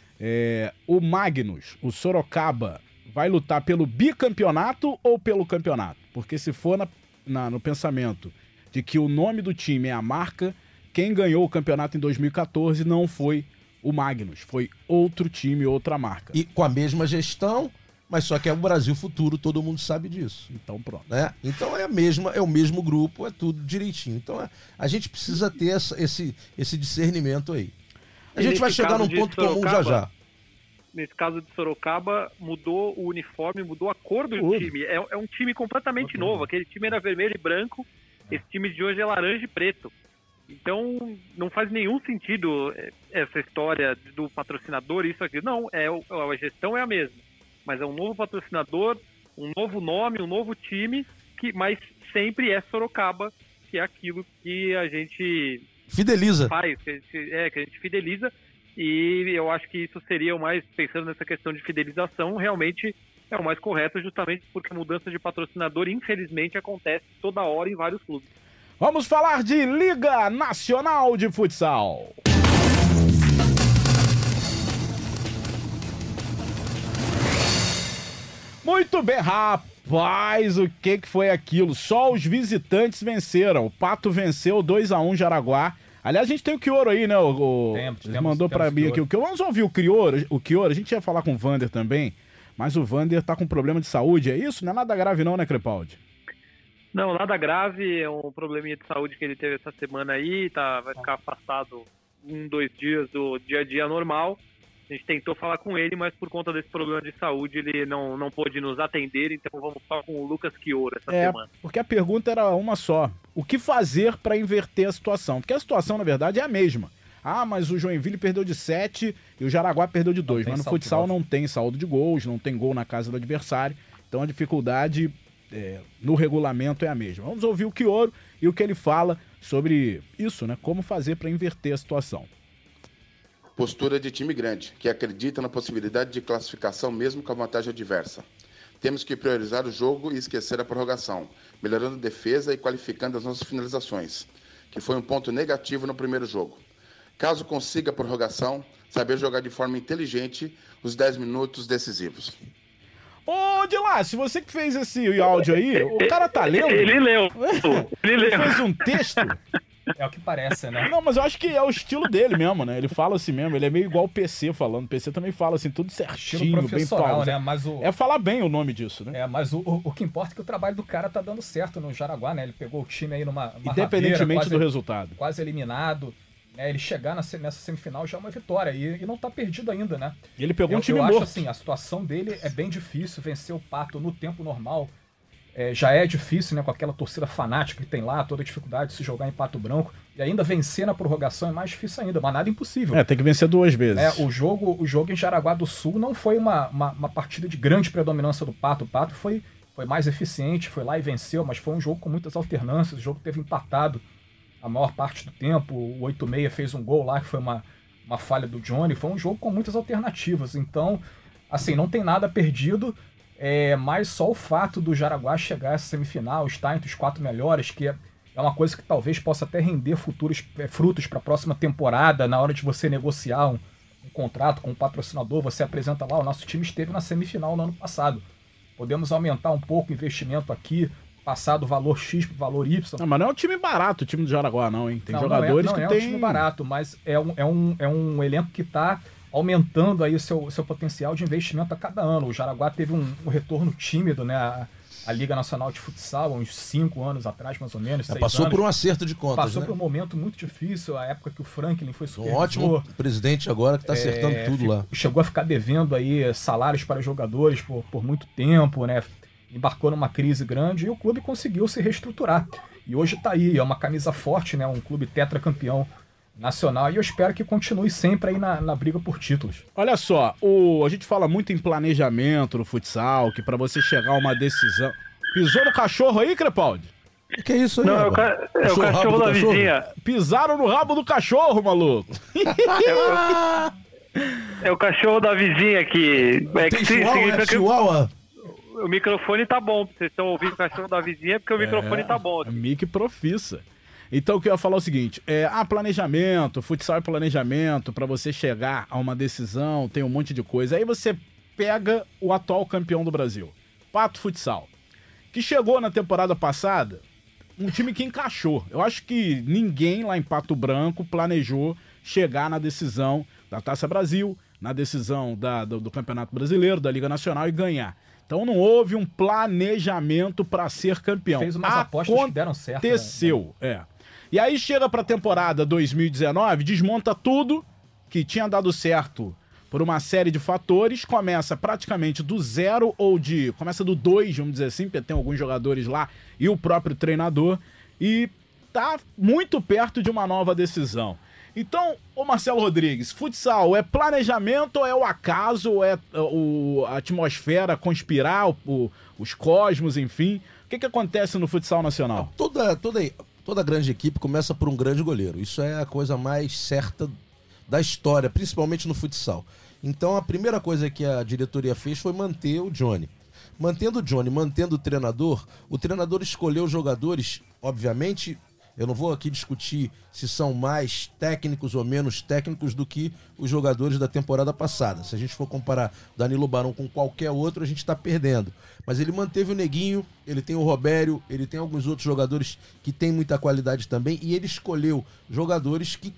O Magnus, o Sorocaba, vai lutar pelo bicampeonato ou pelo campeonato? Porque se for no pensamento de que o nome do time é a marca, quem ganhou o campeonato em 2014 não foi o Magnus, foi outro time, outra marca. E com a mesma gestão, mas só que é o Brasil Futuro, todo mundo sabe disso. Então pronto. Né? Então é o mesmo grupo, é tudo direitinho. Então a gente precisa ter esse discernimento aí. A gente vai chegar num ponto comum já. Nesse caso de Sorocaba, mudou o uniforme, mudou a cor do time. É um time completamente novo. Aquele time era vermelho e branco, esse time de hoje é laranja e preto. Então, não faz nenhum sentido essa história do patrocinador, isso aqui. Não, a gestão é a mesma. Mas é um novo patrocinador, um novo nome, um novo time, mas sempre é Sorocaba, que é aquilo que a gente fideliza. Faz, que a gente fideliza. E eu acho que isso seria o mais, pensando nessa questão de fidelização, realmente é o mais correto, justamente porque a mudança de patrocinador, infelizmente, acontece toda hora em vários clubes. Vamos falar de Liga Nacional de Futsal. Muito bem, rapaz, o que foi aquilo? Só os visitantes venceram. O Pato venceu 2-1 Jaraguá. Aliás, a gente tem o Kioro aí, né? Ele mandou pra mim aqui o Kioro. Vamos ouvir o Kioro. A gente ia falar com o Vander também, mas o Vander tá com problema de saúde, é isso? Não é nada grave não, né, Crepaldi? Não, nada grave, é um probleminha de saúde que ele teve essa semana aí, vai ficar afastado 1-2 dias do dia a dia normal. A gente tentou falar com ele, mas por conta desse problema de saúde ele não pôde nos atender, então vamos falar com o Lucas Kioro essa semana. Porque a pergunta era uma só. O que fazer para inverter a situação? Porque a situação, na verdade, é a mesma. Mas o Joinville perdeu de 7 e o Jaraguá perdeu de 2. Mas no futsal não tem saldo de gols, não tem gol na casa do adversário. Então a dificuldade no regulamento é a mesma. Vamos ouvir o Kioro e o que ele fala sobre isso, né? Como fazer para inverter a situação. Postura de time grande, que acredita na possibilidade de classificação mesmo com a vantagem adversa. Temos que priorizar o jogo e esquecer a prorrogação, melhorando a defesa e qualificando as nossas finalizações, que foi um ponto negativo no primeiro jogo. Caso consiga a prorrogação, saber jogar de forma inteligente os 10 minutos decisivos. Ô, Dilácio, você que fez esse áudio aí, o cara tá lendo? Ele leu. Ele fez um texto. É o que parece, né? Não, mas eu acho que é o estilo dele mesmo, né? Ele fala assim mesmo, ele é meio igual o PC falando. O PC também fala assim, tudo certinho, bem pausado. Né? Mas é falar bem o nome disso, né? Mas o que importa é que o trabalho do cara tá dando certo no Jaraguá, né? Ele pegou o time aí numa independentemente do resultado. Quase eliminado. Ele chegar nessa semifinal já é uma vitória e não tá perdido ainda, né? E ele pegou um time morto. Eu acho assim, a situação dele é bem difícil, vencer o Pato no tempo normal. Já é difícil, né, com aquela torcida fanática que tem lá, toda a dificuldade de se jogar em Pato Branco, e ainda vencer na prorrogação é mais difícil ainda, mas nada impossível. Tem que vencer 2 vezes. O jogo em Jaraguá do Sul não foi uma partida de grande predominância do Pato. O Pato foi mais eficiente, foi lá e venceu, mas foi um jogo com muitas alternâncias, o jogo teve empatado a maior parte do tempo, o 8-6 fez um gol lá, que foi uma falha do Johnny, foi um jogo com muitas alternativas, então assim, não tem nada perdido, mas só o fato do Jaraguá chegar a essa semifinal, estar entre os 4 melhores, que é uma coisa que talvez possa até render futuros frutos para a próxima temporada, na hora de você negociar um contrato com um patrocinador, você apresenta lá, o nosso time esteve na semifinal no ano passado. Podemos aumentar um pouco o investimento aqui, passar do valor X para o valor Y. Não, mas não é um time barato o time do Jaraguá, não, hein? Tem jogadores que tem... Não é um time barato, mas é um elenco que está aumentando aí o seu potencial de investimento a cada ano. O Jaraguá teve um retorno tímido, né? A Liga Nacional de Futsal, uns 5 anos atrás, mais ou menos, 6 passou anos. por um acerto de contas, Passou né? por um momento muito difícil, a época que o Franklin foi supervisor. Um ótimo presidente agora que está acertando tudo lá. Chegou a ficar devendo aí salários para jogadores por muito tempo, né? Embarcou numa crise grande e o clube conseguiu se reestruturar. E hoje está aí, é uma camisa forte, né? Um clube tetracampeão nacional, e eu espero que continue sempre aí na briga por títulos. Olha só, a gente fala muito em planejamento no futsal, que pra você chegar a uma decisão... Pisou no cachorro aí, Crepaldi? O que é isso aí? Não, é o cachorro da vizinha. Pisaram no rabo do cachorro, maluco. É o cachorro da vizinha que... Chihuahua? O microfone tá bom. Vocês estão ouvindo o cachorro da vizinha porque o microfone tá bom. Mic profissa. Então o que eu ia falar é o seguinte, planejamento, futsal é planejamento, pra você chegar a uma decisão, tem um monte de coisa. Aí você pega o atual campeão do Brasil, Pato Futsal, que chegou na temporada passada, um time que encaixou. Eu acho que ninguém lá em Pato Branco planejou chegar na decisão da Taça Brasil, na decisão do Campeonato Brasileiro, da Liga Nacional e ganhar. Então não houve um planejamento para ser campeão. Fez umas apostas que deram certo. Aconteceu, E aí chega pra temporada 2019, desmonta tudo que tinha dado certo por uma série de fatores, começa praticamente do zero começa do 2, vamos dizer assim, porque tem alguns jogadores lá e o próprio treinador, e tá muito perto de uma nova decisão. Então, ô Marcelo Rodrigues, futsal é planejamento ou é o acaso, ou é a atmosfera conspirar, os cosmos, enfim? O que acontece no futsal nacional? Toda grande equipe começa por um grande goleiro. Isso é a coisa mais certa da história, principalmente no futsal. Então a primeira coisa que a diretoria fez foi manter o Johnny. Mantendo o Johnny, mantendo o treinador escolheu os jogadores, obviamente, eu não vou aqui discutir se são mais técnicos ou menos técnicos do que os jogadores da temporada passada. Se a gente for comparar Danilo Barão com qualquer outro, a gente está perdendo. Mas ele manteve o Neguinho, ele tem o Robério, ele tem alguns outros jogadores que têm muita qualidade também, e ele escolheu jogadores que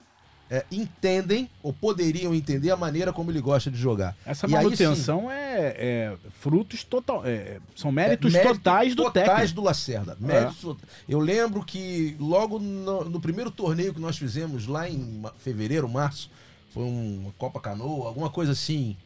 entendem ou poderiam entender a maneira como ele gosta de jogar. Essa manutenção é frutos total, são méritos totais do técnico. Totais do Lacerda. Eu lembro que logo no primeiro torneio que nós fizemos lá em fevereiro, março, foi uma Copa Canoa, alguma coisa assim,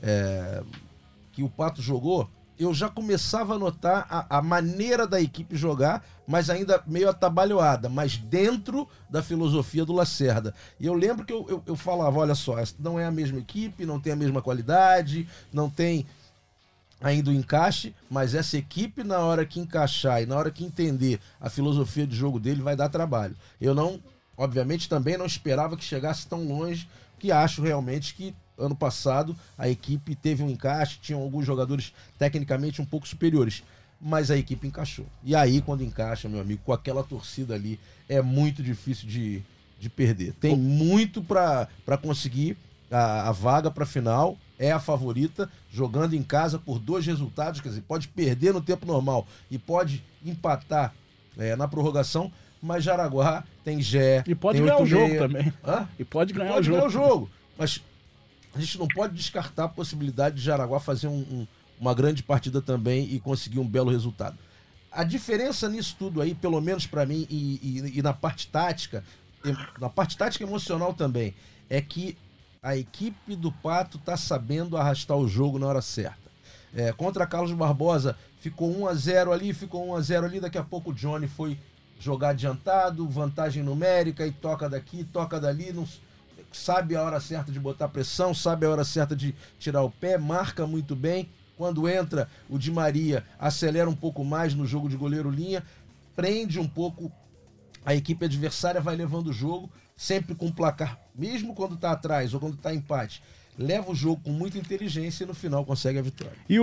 que o Pato jogou, eu já começava a notar a maneira da equipe jogar, mas ainda meio atabalhoada, mas dentro da filosofia do Lacerda. E eu lembro que eu falava, olha só, não é a mesma equipe, não tem a mesma qualidade, não tem ainda o encaixe, mas essa equipe, na hora que encaixar e na hora que entender a filosofia de jogo dele, vai dar trabalho. Eu obviamente também não esperava que chegasse tão longe, que acho realmente que ano passado a equipe teve um encaixe, tinham alguns jogadores tecnicamente um pouco superiores, mas a equipe encaixou. E aí, quando encaixa, meu amigo, com aquela torcida ali, é muito difícil de perder. Tem muito para conseguir a vaga para a final, é a favorita, jogando em casa por 2 resultados, quer dizer, pode perder no tempo normal e pode empatar na prorrogação, mas Jaraguá tem Gé, e pode ganhar o jogo também. E pode ganhar o jogo. Mas a gente não pode descartar a possibilidade de Jaraguá fazer uma grande partida também e conseguir um belo resultado. A diferença nisso tudo aí, pelo menos para mim, e na parte tática emocional também, é que a equipe do Pato tá sabendo arrastar o jogo na hora certa. Contra Carlos Barbosa, ficou 1-0 ali, ficou 1-0 ali, daqui a pouco o Johnny foi jogar adiantado, vantagem numérica, e toca daqui, toca dali, não sabe a hora certa de botar pressão, sabe a hora certa de tirar o pé, marca muito bem. Quando entra o Di Maria, acelera um pouco mais no jogo de goleiro-linha, prende um pouco a equipe adversária, vai levando o jogo, sempre com placar, mesmo quando está atrás ou quando está empate, leva o jogo com muita inteligência e no final consegue a vitória. E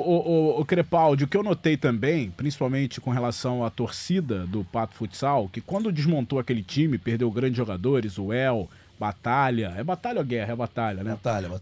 o Crepaldi, o que eu notei também, principalmente com relação à torcida do Pato Futsal, que quando desmontou aquele time, perdeu grandes jogadores, o El, Batalha, é Batalha ou Guerra? É Batalha, né? Batalha.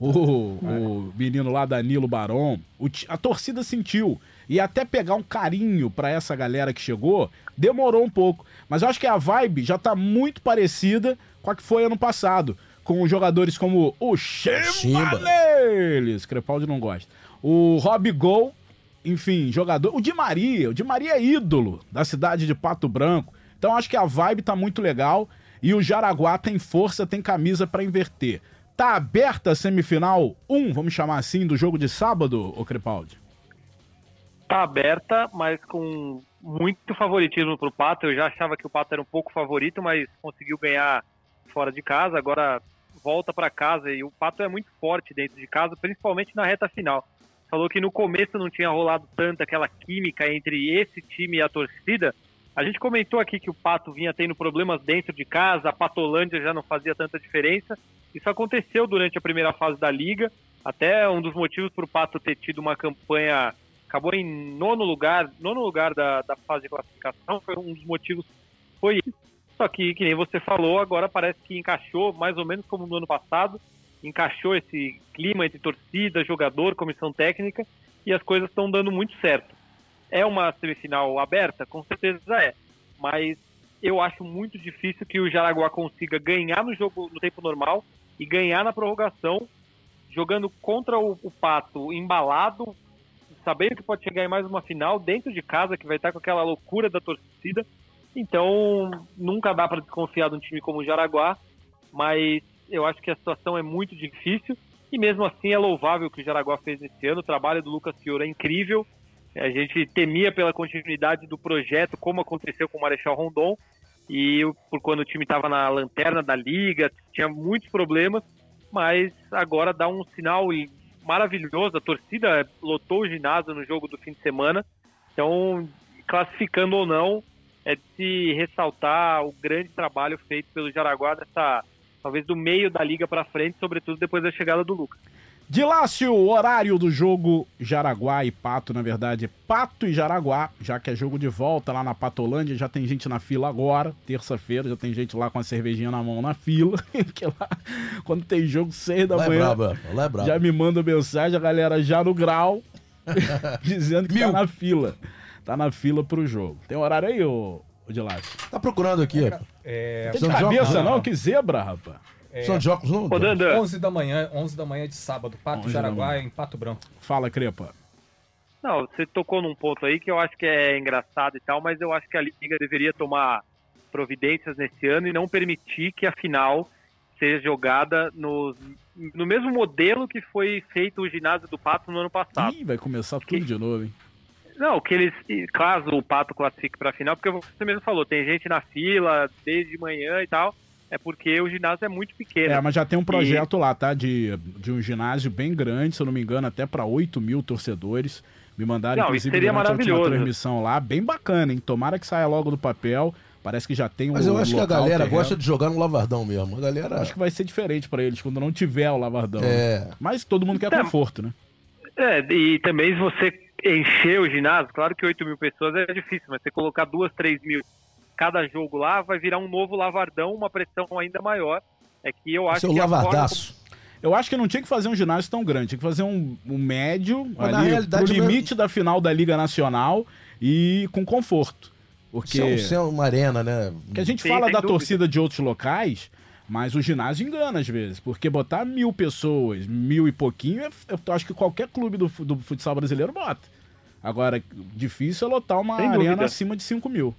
O menino lá, Danilo Barão, a torcida sentiu. E até pegar um carinho pra essa galera que chegou, demorou um pouco. Mas eu acho que a vibe já tá muito parecida com a que foi ano passado. Com jogadores como o Chimba Neles, Crepaldi não gosta. O Rob Gol, enfim, jogador. O Di Maria é ídolo da cidade de Pato Branco. Então acho que a vibe tá muito legal. E o Jaraguá tem força, tem camisa pra inverter. Tá aberta a semifinal 1, vamos chamar assim, do jogo de sábado, ô Crepaldi? Tá aberta, mas com muito favoritismo pro Pato. Eu já achava que o Pato era um pouco favorito, mas conseguiu ganhar fora de casa. Agora volta para casa e o Pato é muito forte dentro de casa, principalmente na reta final. Falou que no começo não tinha rolado tanto aquela química entre esse time e a torcida. A gente comentou aqui que o Pato vinha tendo problemas dentro de casa, a Patolândia já não fazia tanta diferença. Isso aconteceu durante a primeira fase da Liga, até um dos motivos para o Pato ter tido uma campanha, acabou em nono lugar da fase de classificação, foi um dos motivos, foi isso. Só que nem você falou, agora parece que encaixou, mais ou menos como no ano passado, encaixou esse clima entre torcida, jogador, comissão técnica, e as coisas estão dando muito certo. É uma semifinal aberta? Com certeza é. Mas eu acho muito difícil que o Jaraguá consiga ganhar no jogo no tempo normal e ganhar na prorrogação, jogando contra o Pato embalado, sabendo que pode chegar em mais uma final dentro de casa, que vai estar com aquela loucura da torcida. Então, nunca dá para desconfiar de um time como o Jaraguá, mas eu acho que a situação é muito difícil e mesmo assim é louvável o que o Jaraguá fez nesse ano. O trabalho do Lucas Fiore é incrível. A gente temia pela continuidade do projeto, como aconteceu com o Marechal Rondon, e por quando o time estava na lanterna da Liga, tinha muitos problemas, mas agora dá um sinal maravilhoso. A torcida lotou o ginásio no jogo do fim de semana, então, classificando ou não, é de se ressaltar o grande trabalho feito pelo Jaraguá, talvez do meio da Liga para frente, sobretudo depois da chegada do Lucas. Dilácio, o horário do jogo Jaraguá e Pato, na verdade, Pato e Jaraguá, já que é jogo de volta lá na Patolândia, já tem gente na fila agora, terça-feira, já tem gente lá com a cervejinha na mão na fila, que lá, quando tem jogo 6 da manhã, já me manda mensagem, a galera já no grau, dizendo que tá na fila pro jogo. Tem horário aí, ô Dilácio? Tá procurando aqui, ó. Tem de cabeça não? Que zebra, rapaz. São de óculos, não? 11 da manhã de sábado, Pato Jaraguá em Pato Branco. Fala, Crepa. Não, você tocou num ponto aí que eu acho que é engraçado e tal, mas eu acho que a Liga deveria tomar providências nesse ano e não permitir que a final seja jogada no mesmo modelo que foi feito o ginásio do Pato no ano passado. Ih, vai começar tudo de novo, hein? Não, que eles, caso o Pato classifique para a final, porque você mesmo falou, tem gente na fila desde manhã e tal, é porque o ginásio é muito pequeno. Mas já tem um projeto lá, tá? De um ginásio bem grande, se eu não me engano, até para 8 mil torcedores. Me mandaram, inclusive, seria durante a última transmissão lá. Bem bacana, hein? Tomara que saia logo do papel. Parece que já tem um Mas eu acho que a galera terreno. gosta de jogar no Lavardão mesmo. A galera... Acho que vai ser diferente para eles quando não tiver o Lavardão. Né? Mas todo mundo quer conforto, né? E também se você encher o ginásio, claro que 8 mil pessoas é difícil, mas você colocar 2, 3 mil cada jogo lá, vai virar um novo Lavardão, uma pressão ainda maior. É que eu acho Seu que lavardaço. Eu acho que não tinha que fazer um ginásio tão grande, tinha que fazer um médio mas ali pro limite da final da Liga Nacional e com conforto. Porque isso é uma arena, né? Que a gente fala da torcida de outros locais, mas o ginásio engana às vezes, porque botar 1.000 pessoas, 1.000 e pouquinho, eu acho que qualquer clube do futsal brasileiro bota. Agora, difícil é lotar uma arena acima de 5.000.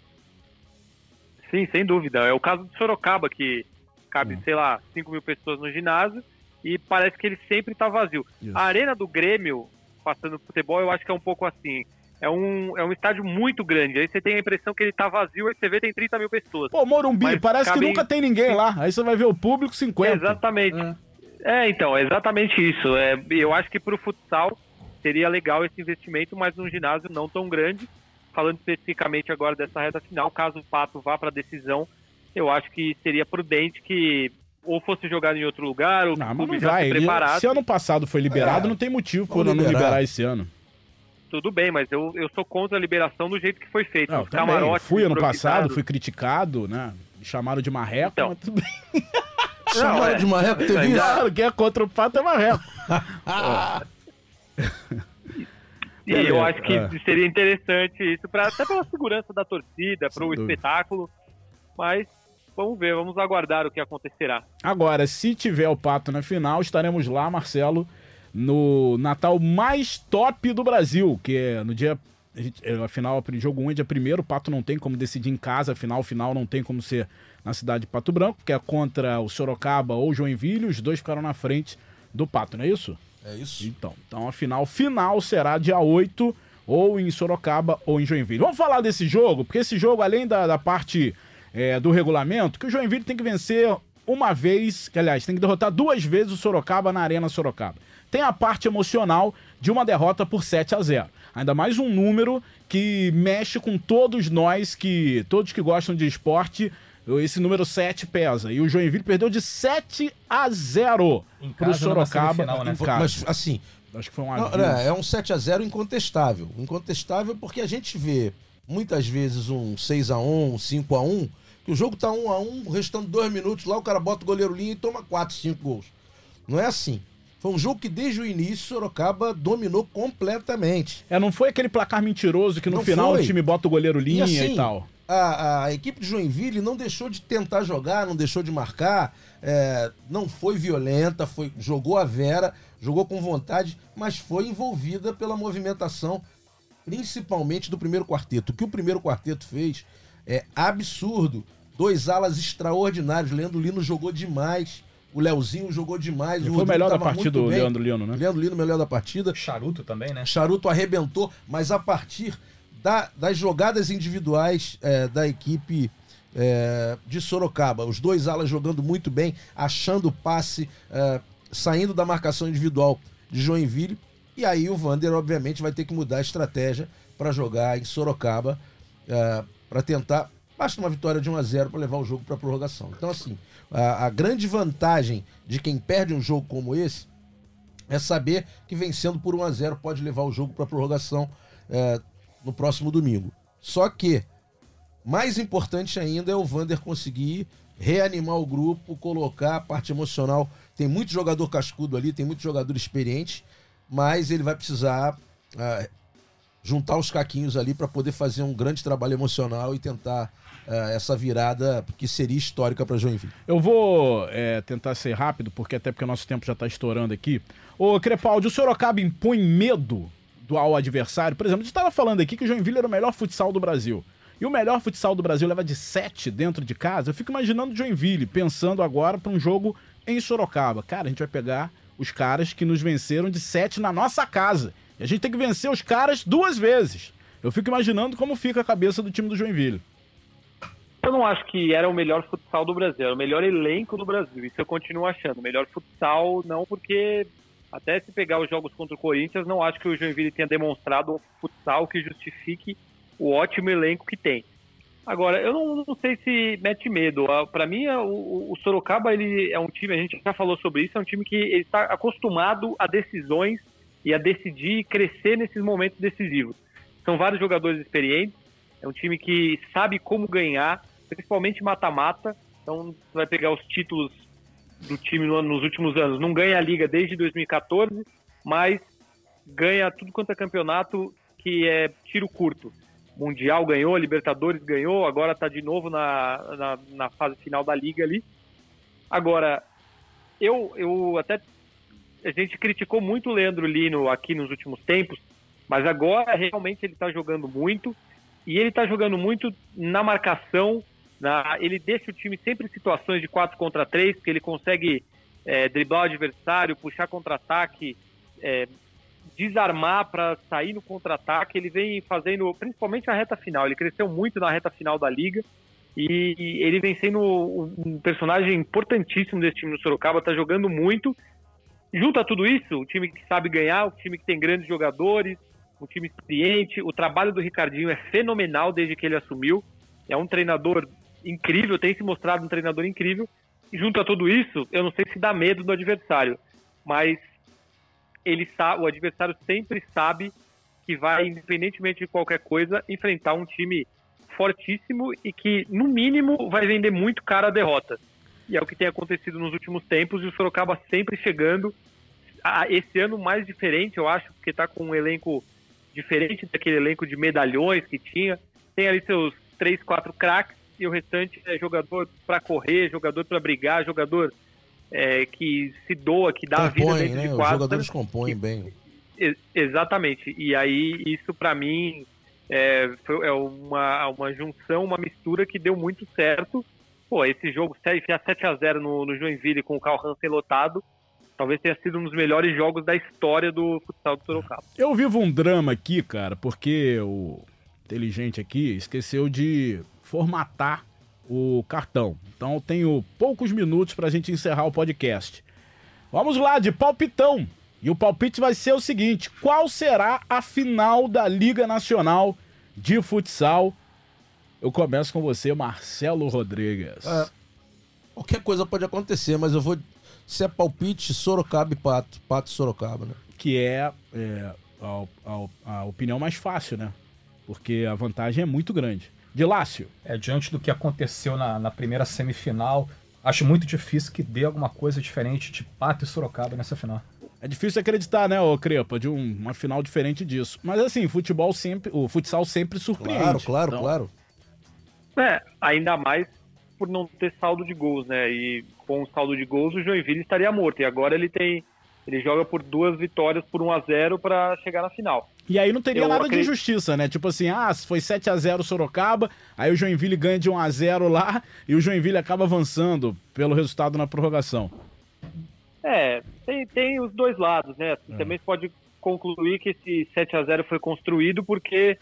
Sim, sem dúvida. É o caso de Sorocaba, que cabe, 5 mil pessoas no ginásio e parece que ele sempre tá vazio. Isso. A arena do Grêmio, passando futebol, eu acho que é um pouco assim. É um estádio muito grande. Aí você tem a impressão que ele tá vazio, aí você vê tem 30 mil pessoas. Pô, Morumbi, parece que nunca tem ninguém lá. Aí você vai ver o público, 50. Exatamente. Então, é exatamente isso. Eu acho que pro futsal seria legal esse investimento, mas num ginásio não tão grande. Falando especificamente agora dessa reta final, caso o Pato vá para a decisão, eu acho que seria prudente que ou fosse jogado em outro lugar, ou Não, o mas clube não já vai. se preparasse. Se ano passado foi liberado, não tem motivo por não liberar esse ano. Tudo bem, mas eu sou contra a liberação do jeito que foi feito. Não, Os camarotes fui ano passado, improvisados. fui criticado, né? Me chamaram de marreco, Então. mas tudo bem. Chamaram de marreco, teve Mas isso? Claro, quem é contra o pato é marreco. E eu Beleza, acho que seria interessante isso, até pela segurança da torcida, para o dúvida. espetáculo. Mas vamos ver, vamos aguardar o que acontecerá. Agora, se tiver o Pato na final, estaremos lá, Marcelo, no Natal mais top do Brasil, que é no dia... Afinal, jogo 1 é dia 1º, o Pato não tem como decidir em casa, afinal, não tem como ser na cidade de Pato Branco, que é contra o Sorocaba ou Joinville, os dois ficaram na frente do Pato, não é isso? É isso. Então a final será dia 8, ou em Sorocaba ou em Joinville. Vamos falar desse jogo, porque esse jogo, além da parte do regulamento, que o Joinville tem que vencer uma vez, que aliás, tem que derrotar 2 vezes o Sorocaba na Arena Sorocaba. Tem a parte emocional de uma derrota por 7-0. Ainda mais um número que mexe com todos nós, todos que gostam de esporte. Esse número 7 pesa. E o Joinville perdeu de 7-0 pro Sorocaba em casa. Mas, assim, acho que foi um é um 7-0 incontestável. Incontestável porque a gente vê, muitas vezes, um 6-1, um 5-1, que o jogo tá 1-1, restando 2 minutos, lá o cara bota o goleiro linha e toma 4, 5 gols. Não é assim. Foi um jogo que desde o início Sorocaba dominou completamente. Não foi aquele placar mentiroso que no final o time bota o goleiro linha e tal. A equipe de Joinville não deixou de tentar jogar, não deixou de marcar, não foi violenta, jogou a vera, jogou com vontade, mas foi envolvida pela movimentação, principalmente do primeiro quarteto. O que o primeiro quarteto fez é absurdo. 2 alas extraordinários. Leandro Lino jogou demais. O Leozinho jogou demais. Foi o melhor da partida, o Leandro Lino, né? Leandro Lino, melhor da partida. Charuto também, né? Charuto arrebentou, mas a partir das jogadas individuais da equipe de Sorocaba. Os 2 alas jogando muito bem, achando passe, saindo da marcação individual de Joinville. E aí o Vander, obviamente, vai ter que mudar a estratégia para jogar em Sorocaba, para tentar... Basta uma vitória de 1-0 para levar o jogo para a prorrogação. Então, assim, a grande vantagem de quem perde um jogo como esse é saber que vencendo por 1-0 pode levar o jogo para a prorrogação no próximo domingo. Só que, mais importante ainda é o Vander conseguir reanimar o grupo, colocar a parte emocional. Tem muito jogador cascudo ali, tem muito jogador experiente, mas ele vai precisar juntar os caquinhos ali para poder fazer um grande trabalho emocional e tentar essa virada que seria histórica para Joinville. Eu vou tentar ser rápido, porque o nosso tempo já está estourando aqui. Ô, Crepaldi, o Sorocaba impõe medo ao adversário? Por exemplo, a gente estava falando aqui que o Joinville era o melhor futsal do Brasil. E o melhor futsal do Brasil leva de 7 dentro de casa. Eu fico imaginando o Joinville, pensando agora para um jogo em Sorocaba. Cara, a gente vai pegar os caras que nos venceram de 7 na nossa casa. E a gente tem que vencer os caras 2 vezes. Eu fico imaginando como fica a cabeça do time do Joinville. Eu não acho que era o melhor futsal do Brasil, era o melhor elenco do Brasil. Isso eu continuo achando. O melhor futsal não, porque até se pegar os jogos contra o Corinthians, não acho que o Joinville tenha demonstrado um futsal que justifique o ótimo elenco que tem. Agora, eu não sei se mete medo. Para mim, o Sorocaba ele é um time, a gente já falou sobre isso, é um time que ele está acostumado a decisões e a decidir e crescer nesses momentos decisivos. São vários jogadores experientes, é um time que sabe como ganhar, principalmente mata-mata. Então, você vai pegar os títulos do time nos últimos anos. Não ganha a Liga desde 2014, mas ganha tudo quanto é campeonato que é tiro curto. Mundial ganhou, Libertadores ganhou, agora está de novo na fase final da Liga ali. Agora, a gente criticou muito o Leandro Lino aqui nos últimos tempos, mas agora realmente ele está jogando muito, e ele está jogando muito na marcação, ele deixa o time sempre em situações de 4 contra 3, porque ele consegue driblar o adversário, puxar contra-ataque, desarmar para sair no contra-ataque. Ele vem fazendo, principalmente a reta final, ele cresceu muito na reta final da Liga, e ele vem sendo um personagem importantíssimo desse time do Sorocaba, está jogando muito. Junta tudo isso, o time que sabe ganhar, o time que tem grandes jogadores, um time experiente. O trabalho do Ricardinho é fenomenal desde que ele assumiu. É um treinador incrível, tem se mostrado um treinador incrível. junto a tudo isso, eu não sei se dá medo do adversário, mas o adversário sempre sabe que vai, independentemente de qualquer coisa, enfrentar um time fortíssimo e que, no mínimo, vai vender muito caro a derrota. E é o que tem acontecido nos últimos tempos, e o Sorocaba sempre chegando. Esse ano mais diferente, eu acho, porque está com um elenco diferente daquele elenco de medalhões que tinha. Tem ali seus 3, 4 craques, e o restante é jogador para correr, jogador para brigar, jogador que se doa, que dá compõe, a vida dentro de quadra. Os jogadores compõem bem. Exatamente. E aí, isso para mim é uma junção, uma mistura que deu muito certo. Pô, esse jogo, enfiar 7-0 no Joinville com o Carl Hansen lotado, talvez tenha sido um dos melhores jogos da história do futsal do Sorocaba. Eu vivo um drama aqui, cara, porque o inteligente aqui esqueceu de formatar o cartão. Então eu tenho poucos minutos pra gente encerrar o podcast. Vamos lá, de palpitão. E o palpite vai ser o seguinte: qual será a final da Liga Nacional de Futsal? Eu começo com você, Marcelo Rodrigues. Qualquer coisa pode acontecer, mas eu vou... Se é palpite, Sorocaba e Pato. Pato e Sorocaba, né? Que é a opinião mais fácil, né? Porque a vantagem é muito grande. Dilácio. Diante do que aconteceu na primeira semifinal, acho muito difícil que dê alguma coisa diferente de Pato e Sorocaba nessa final. É difícil acreditar, né, ô Crepa, de uma final diferente disso. Mas assim, o futsal sempre surpreende. Claro. Ainda mais por não ter saldo de gols, né? E com o saldo de gols, o Joinville estaria morto. E agora ele joga por 2 vitórias por 1-0 para chegar na final. E aí não teria nada de injustiça, né? Tipo assim, se foi 7-0 Sorocaba, aí o Joinville ganha de 1-0 lá e o Joinville acaba avançando pelo resultado na prorrogação. Tem os dois lados, né? Também se pode concluir que esse 7-0 foi construído porque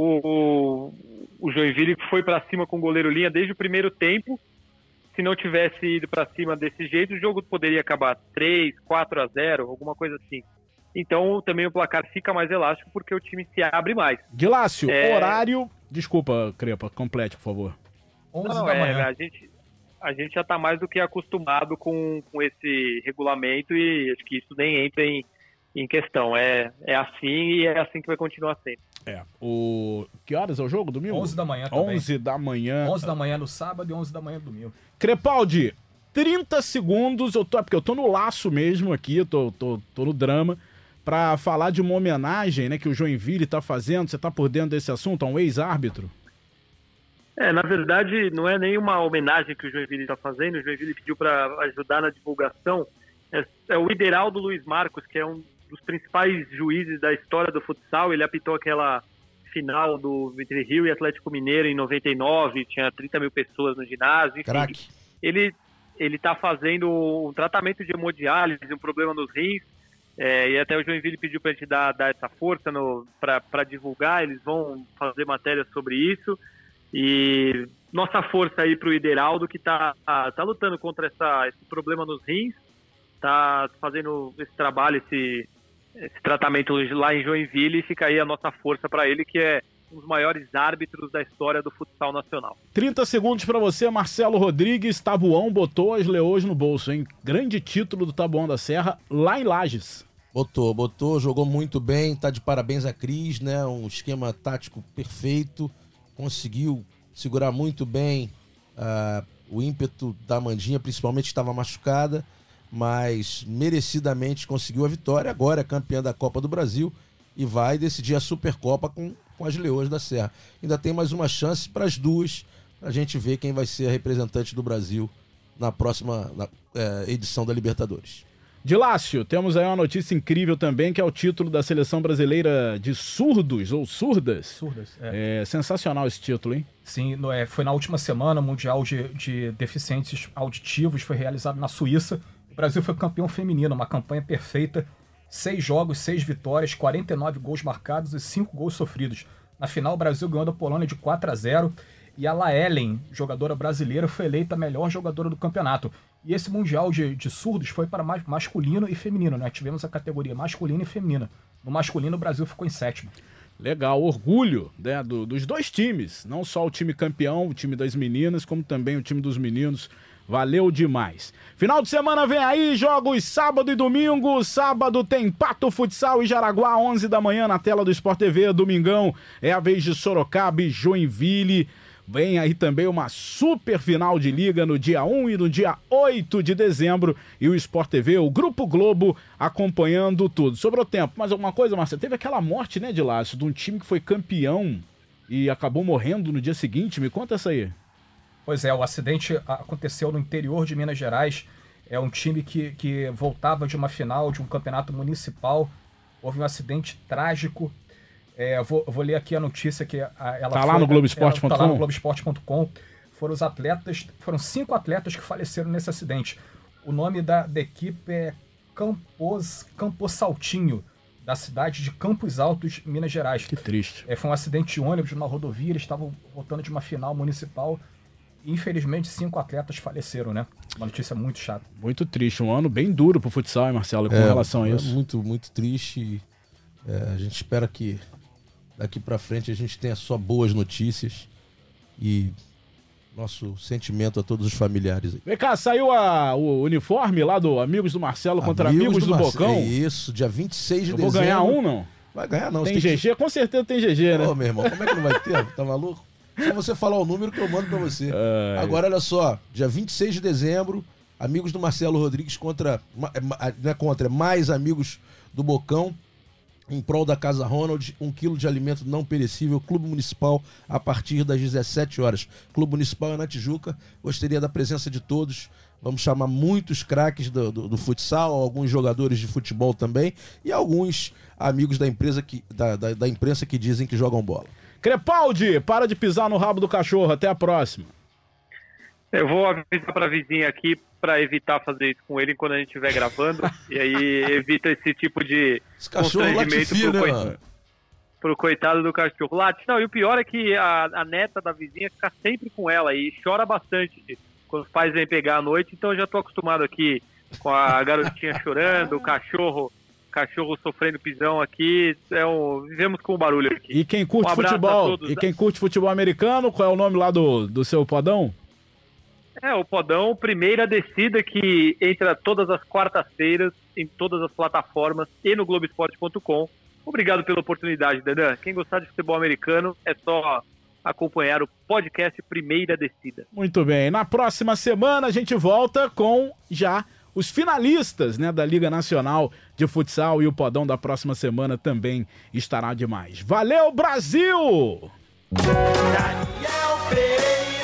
o Joinville foi para cima com o goleiro Linha desde o primeiro tempo. Se não tivesse ido para cima desse jeito, o jogo poderia acabar 3, 4-0, alguma coisa assim. Então também o placar fica mais elástico porque o time se abre mais. Dilácio, horário... Desculpa, Crepa, complete, por favor. 11 da manhã. A gente já está mais do que acostumado com esse regulamento e acho que isso nem entra em questão. É assim e é assim que vai continuar sendo. Que horas é o jogo? Domingo? 11 da manhã também. 11 da manhã. 11 da manhã no sábado e 11 da manhã no domingo. Crepaldi, 30 segundos, porque eu tô no laço mesmo aqui, tô no drama, pra falar de uma homenagem, né, que o Joinville tá fazendo. Você tá por dentro desse assunto? A um ex-árbitro? Na verdade, não é nenhuma homenagem que o Joinville está fazendo. O Joinville pediu para ajudar na divulgação. É o Ideraldo Luiz Marcos, que é um dos principais juízes da história do futsal. Ele apitou aquela final entre Rio e Atlético Mineiro em 99, tinha 30 mil pessoas no ginásio. Craque. Ele está fazendo um tratamento de hemodiálise, um problema nos rins. E até o Joinville pediu para a gente dar essa força para divulgar. Eles vão fazer matérias sobre isso. E nossa força aí pro Ideraldo, que tá lutando contra esse problema nos rins, tá fazendo esse trabalho, esse tratamento lá em Joinville, e fica aí a nossa força para ele, que é um dos maiores árbitros da história do futsal nacional. 30 segundos para você, Marcelo Rodrigues. Tabuão botou as leoas no bolso, hein? Grande título do Tabuão da Serra, lá em Lages. Botou, jogou muito bem, tá de parabéns a Cris, né? Um esquema tático perfeito. Conseguiu segurar muito bem o ímpeto da Mandinha, principalmente estava machucada, mas merecidamente conseguiu a vitória. Agora é campeã da Copa do Brasil e vai decidir a Supercopa com as Leoas da Serra. Ainda tem mais uma chance para as duas, para a gente ver quem vai ser a representante do Brasil na próxima edição da Libertadores. Dilácio, temos aí uma notícia incrível também, que é o título da Seleção Brasileira de Surdos, ou Surdas. Surdas, É sensacional esse título, hein? Sim, foi na última semana, o Mundial de Deficientes Auditivos foi realizado na Suíça. O Brasil foi campeão feminino, uma campanha perfeita. 6 jogos, 6 vitórias, 49 gols marcados e 5 gols sofridos. Na final, o Brasil ganhou da Polônia de 4-0. E a Laellen, jogadora brasileira, foi eleita a melhor jogadora do campeonato. E esse Mundial de Surdos foi para masculino e feminino, né? Tivemos a categoria masculina e feminina. No masculino, o Brasil ficou em 7º. Legal, orgulho, né, dos dois times. Não só o time campeão, o time das meninas, como também o time dos meninos. Valeu demais. Final de semana vem aí, jogos sábado e domingo. Sábado tem Pato Futsal e Jaraguá, 11 da manhã na tela do Sport TV. Domingão é a vez de Sorocaba e Joinville. Vem aí também uma super final de liga no dia 1 e no dia 8 de dezembro. E o Sport TV, o Grupo Globo, acompanhando tudo. Sobrou tempo. Mais alguma coisa, Marcelo? Teve aquela morte, né, de Lácio, de um time que foi campeão e acabou morrendo no dia seguinte. Me conta essa aí. Pois é, o acidente aconteceu no interior de Minas Gerais. É um time que voltava de uma final de um campeonato municipal. Houve um acidente trágico. Vou ler aqui a notícia que ela tá lá no Globoesporte.com. Tá lá no Globoesporte.com. Foram 5 atletas que faleceram nesse acidente. O nome da equipe é Campos Saltinho, da cidade de Campos Altos, Minas Gerais. Que triste. Foi um acidente de ônibus numa rodovia. Eles estavam voltando de uma final municipal. Infelizmente, 5 atletas faleceram, né? Uma notícia muito chata. Muito triste. Um ano bem duro pro futsal, hein, Marcelo, com relação a isso. Muito, muito triste. A gente espera que daqui pra frente a gente tenha só boas notícias. E nosso sentimento a todos os familiares aí. Vem cá, saiu o uniforme lá do Amigos do Marcelo contra Amigos do Bocão? É isso, dia 26 de dezembro. Vou ganhar um, não? Vai ganhar, não. Tem GG? Com certeza tem GG, né? Ô, meu irmão, como é que não vai ter? Tá maluco? Só você falar o número que eu mando pra você. Agora, olha só, dia 26 de dezembro, Amigos do Marcelo Rodrigues mais Amigos do Bocão, em prol da Casa Ronald, 1 quilo de alimento não perecível, Clube Municipal, a partir das 17 horas. Clube Municipal é na Tijuca, gostaria da presença de todos. Vamos chamar muitos craques do futsal, alguns jogadores de futebol também, e alguns amigos da imprensa que dizem que jogam bola. Crepaldi, para de pisar no rabo do cachorro. Até a próxima. Eu vou avisar para a vizinha aqui para evitar fazer isso com ele quando a gente estiver gravando. E aí evita esse tipo de constrangimento pro coitado do cachorro. Late, não, e o pior é que a neta da vizinha fica sempre com ela e chora bastante quando os pais vêm pegar à noite. Então eu já tô acostumado aqui com a garotinha chorando, o cachorro sofrendo pisão aqui, vivemos com o barulho aqui. E quem curte futebol, quem curte futebol americano, qual é o nome lá do seu podão? O podão Primeira Descida, que entra todas as quartas-feiras em todas as plataformas e no Globoesporte.com. Obrigado pela oportunidade, Dandan. Quem gostar de futebol americano é só acompanhar o podcast Primeira Descida. Muito bem, na próxima semana a gente volta com já os finalistas, né, da Liga Nacional de Futsal, e o podão da próxima semana também estará demais. Valeu, Brasil! Daniel Pereira.